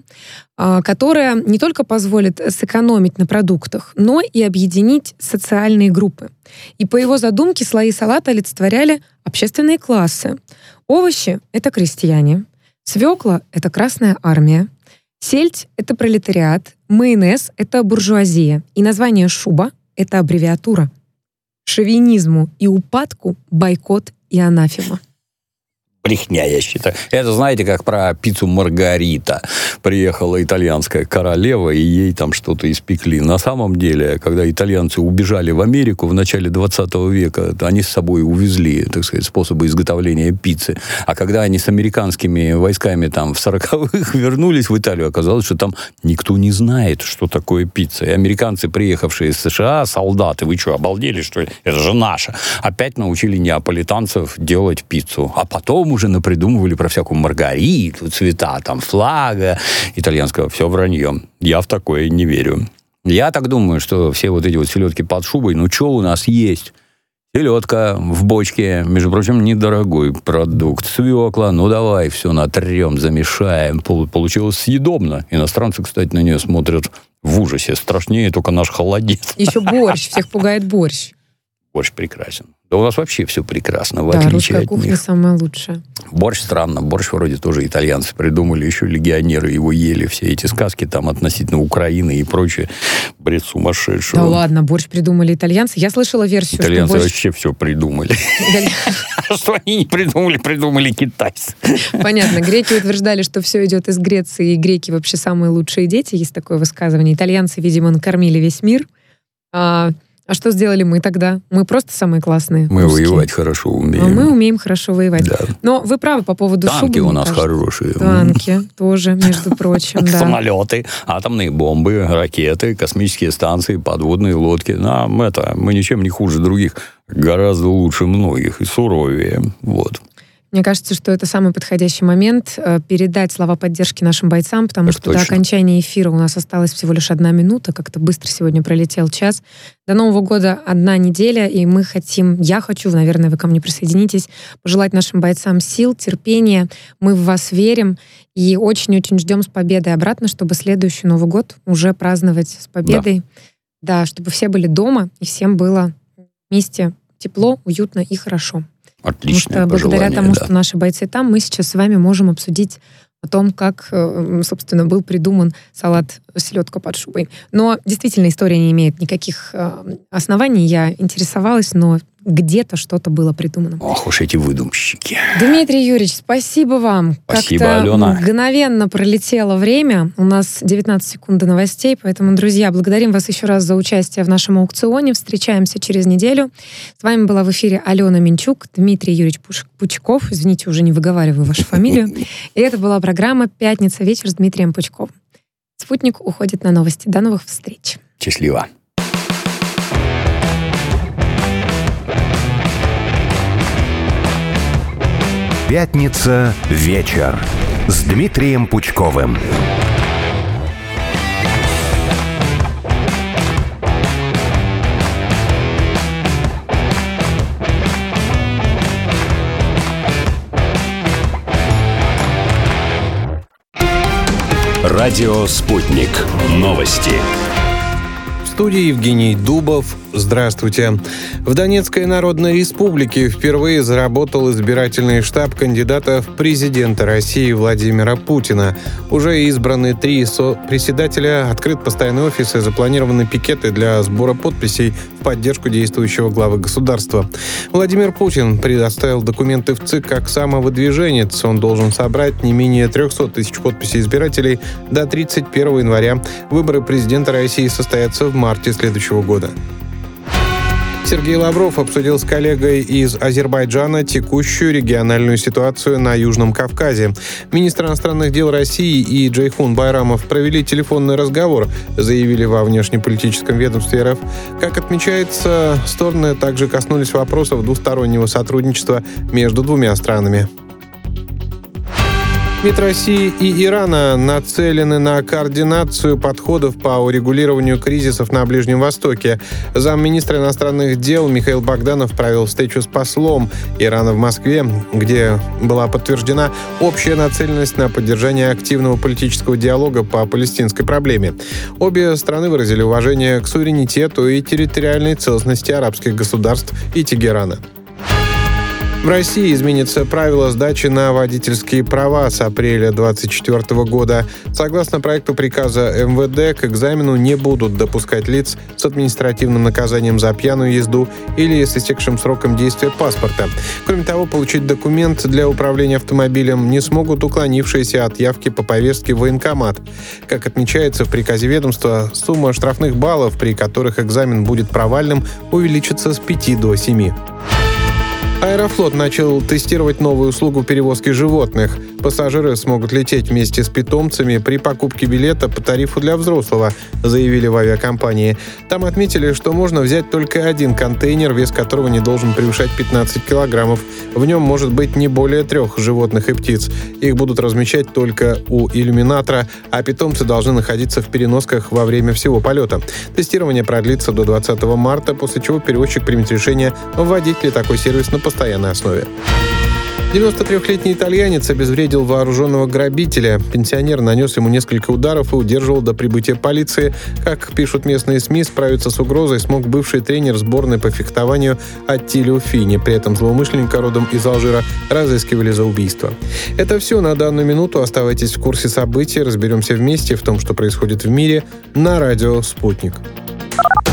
которое не только позволит сэкономить на продуктах, но и объединить социальные группы. И по его задумке слои салата олицетворяли общественные классы. Овощи — это крестьяне, свекла — это Красная армия, сельдь — это пролетариат, майонез — это буржуазия, и название «шуба» — это аббревиатура. Шовинизму и упадку бойкот и анафема. Брехня, я считаю. Это, знаете, как про пиццу Маргарита. Приехала итальянская королева, и ей там что-то испекли. На самом деле, когда итальянцы убежали в Америку в начале двадцатого века, то они с собой увезли, так сказать, способы изготовления пиццы. А когда они с американскими войсками там в сороковых вернулись в Италию, оказалось, что там никто не знает, что такое пицца. И американцы, приехавшие из США, солдаты, вы что, обалдели, что ли? Это же наше. Опять научили неаполитанцев делать пиццу. А потом уже напридумывали про всякую маргариту, цвета, там, флага итальянского. Все вранье. Я в такое не верю. Я так думаю, что все вот эти вот селедки под шубой, ну, что у нас есть? Селедка в бочке, между прочим, недорогой продукт. Свекла, ну, давай все натрем, замешаем. Получилось съедобно. Иностранцы, кстати, на нее смотрят в ужасе. Страшнее только наш холодец. Еще борщ. Всех пугает борщ. Борщ прекрасен. Да у нас вообще все прекрасно, в да, отличие от них. Да, русская кухня самая лучшая. Борщ странно. Борщ вроде тоже итальянцы придумали, еще легионеры его ели. Все эти сказки там относительно Украины и прочее. Бред сумасшедшего. Да ладно, борщ придумали итальянцы. Я слышала версию, итальянцы что борщ... вообще все придумали. Что они не придумали, придумали китайцы. Понятно. Греки утверждали, что все идет из Греции, и греки вообще самые лучшие дети. Есть такое высказывание. Итальянцы, видимо, накормили весь мир. А что сделали мы тогда? Мы просто самые классные. Мы русские. Воевать хорошо умеем. А мы умеем хорошо воевать. Да. Но вы правы по поводу шубы. Танки у нас кажется. Хорошие. Танки тоже, между прочим. Да. Самолеты, атомные бомбы, ракеты, космические станции, подводные лодки. Нам это, мы ничем не хуже других. Гораздо лучше многих и суровее. Вот. Мне кажется, что это самый подходящий момент э, передать слова поддержки нашим бойцам, потому так что точно. До окончания эфира у нас осталось всего лишь одна минута, как-то быстро сегодня пролетел час. До Нового года одна неделя, и мы хотим, я хочу, наверное, вы ко мне присоединитесь, пожелать нашим бойцам сил, терпения. Мы в вас верим и очень-очень ждем с победой обратно, чтобы следующий Новый год уже праздновать с победой. Да, да, чтобы все были дома, и всем было вместе тепло, уютно и хорошо. Отличное Потому что благодаря тому, да. что наши бойцы там, мы сейчас с вами можем обсудить о том, как, собственно, был придуман салат «Селедка под шубой». Но действительно история не имеет никаких оснований. Я интересовалась, но где-то что-то было придумано. Ох уж эти выдумщики. Дмитрий Юрьевич, спасибо вам. Спасибо, Как-то Алена. Мгновенно пролетело время. У нас девятнадцать секунд до новостей, поэтому, друзья, благодарим вас еще раз за участие в нашем аукционе. Встречаемся через неделю. С вами была в эфире Алена Минчук, Дмитрий Юрьевич Пучков. Извините, уже не выговариваю вашу фамилию. И это была программа «Пятница вечер» с Дмитрием Пучковым. «Спутник» уходит на новости. До новых встреч. Счастливо. «Пятница. Вечер» с Дмитрием Пучковым. Радио «Спутник». Новости. студии Евгений Дубов. Здравствуйте. В Донецкой Народной Республике впервые заработал избирательный штаб кандидата в президенты России Владимира Путина. Уже избраны три сопредседателя, открыт постоянный офис и запланированы пикеты для сбора подписей в поддержку действующего главы государства. Владимир Путин предоставил документы в ЦИК как самовыдвиженец. Он должен собрать не менее триста тысяч подписей избирателей до тридцать первого января. Выборы президента России состоятся в марте следующего года. Сергей Лавров обсудил с коллегой из Азербайджана текущую региональную ситуацию на Южном Кавказе. Министр иностранных дел России и Джейхун Байрамов провели телефонный разговор, заявили во внешнеполитическом ведомстве РФ. Как отмечается, стороны также коснулись вопросов двустороннего сотрудничества между двумя странами. МИД России и Ирана нацелены на координацию подходов по урегулированию кризисов на Ближнем Востоке. Замминистра иностранных дел Михаил Богданов провел встречу с послом Ирана в Москве, где была подтверждена общая нацеленность на поддержание активного политического диалога по палестинской проблеме. Обе страны выразили уважение к суверенитету и территориальной целостности арабских государств и Тегерана. В России изменится правило сдачи на водительские права с апреля двадцать четвёртого года. Согласно проекту приказа эм вэ дэ, к экзамену не будут допускать лиц с административным наказанием за пьяную езду или с истекшим сроком действия паспорта. Кроме того, получить документ для управления автомобилем не смогут уклонившиеся от явки по повестке в военкомат. Как отмечается в приказе ведомства, сумма штрафных баллов, при которых экзамен будет провальным, увеличится с пяти до семи. Аэрофлот начал тестировать новую услугу перевозки животных. Пассажиры смогут лететь вместе с питомцами при покупке билета по тарифу для взрослого, заявили в авиакомпании. Там отметили, что можно взять только один контейнер, вес которого не должен превышать пятнадцать килограммов. В нем может быть не более трех животных и птиц. Их будут размещать только у иллюминатора, а питомцы должны находиться в переносках во время всего полета. Тестирование продлится до двадцатого марта, после чего перевозчик примет решение, вводить ли такой сервис на постоянной основе. девяносто трёхлетний итальянец обезвредил вооруженного грабителя. Пенсионер нанес ему несколько ударов и удерживал до прибытия полиции. Как пишут местные СМИ, справиться с угрозой смог бывший тренер сборной по фехтованию Аттилио Фини. При этом злоумышленника родом из Алжира разыскивали за убийство. Это все на данную минуту. Оставайтесь в курсе событий. Разберемся вместе в том, что происходит в мире, на радио «Спутник».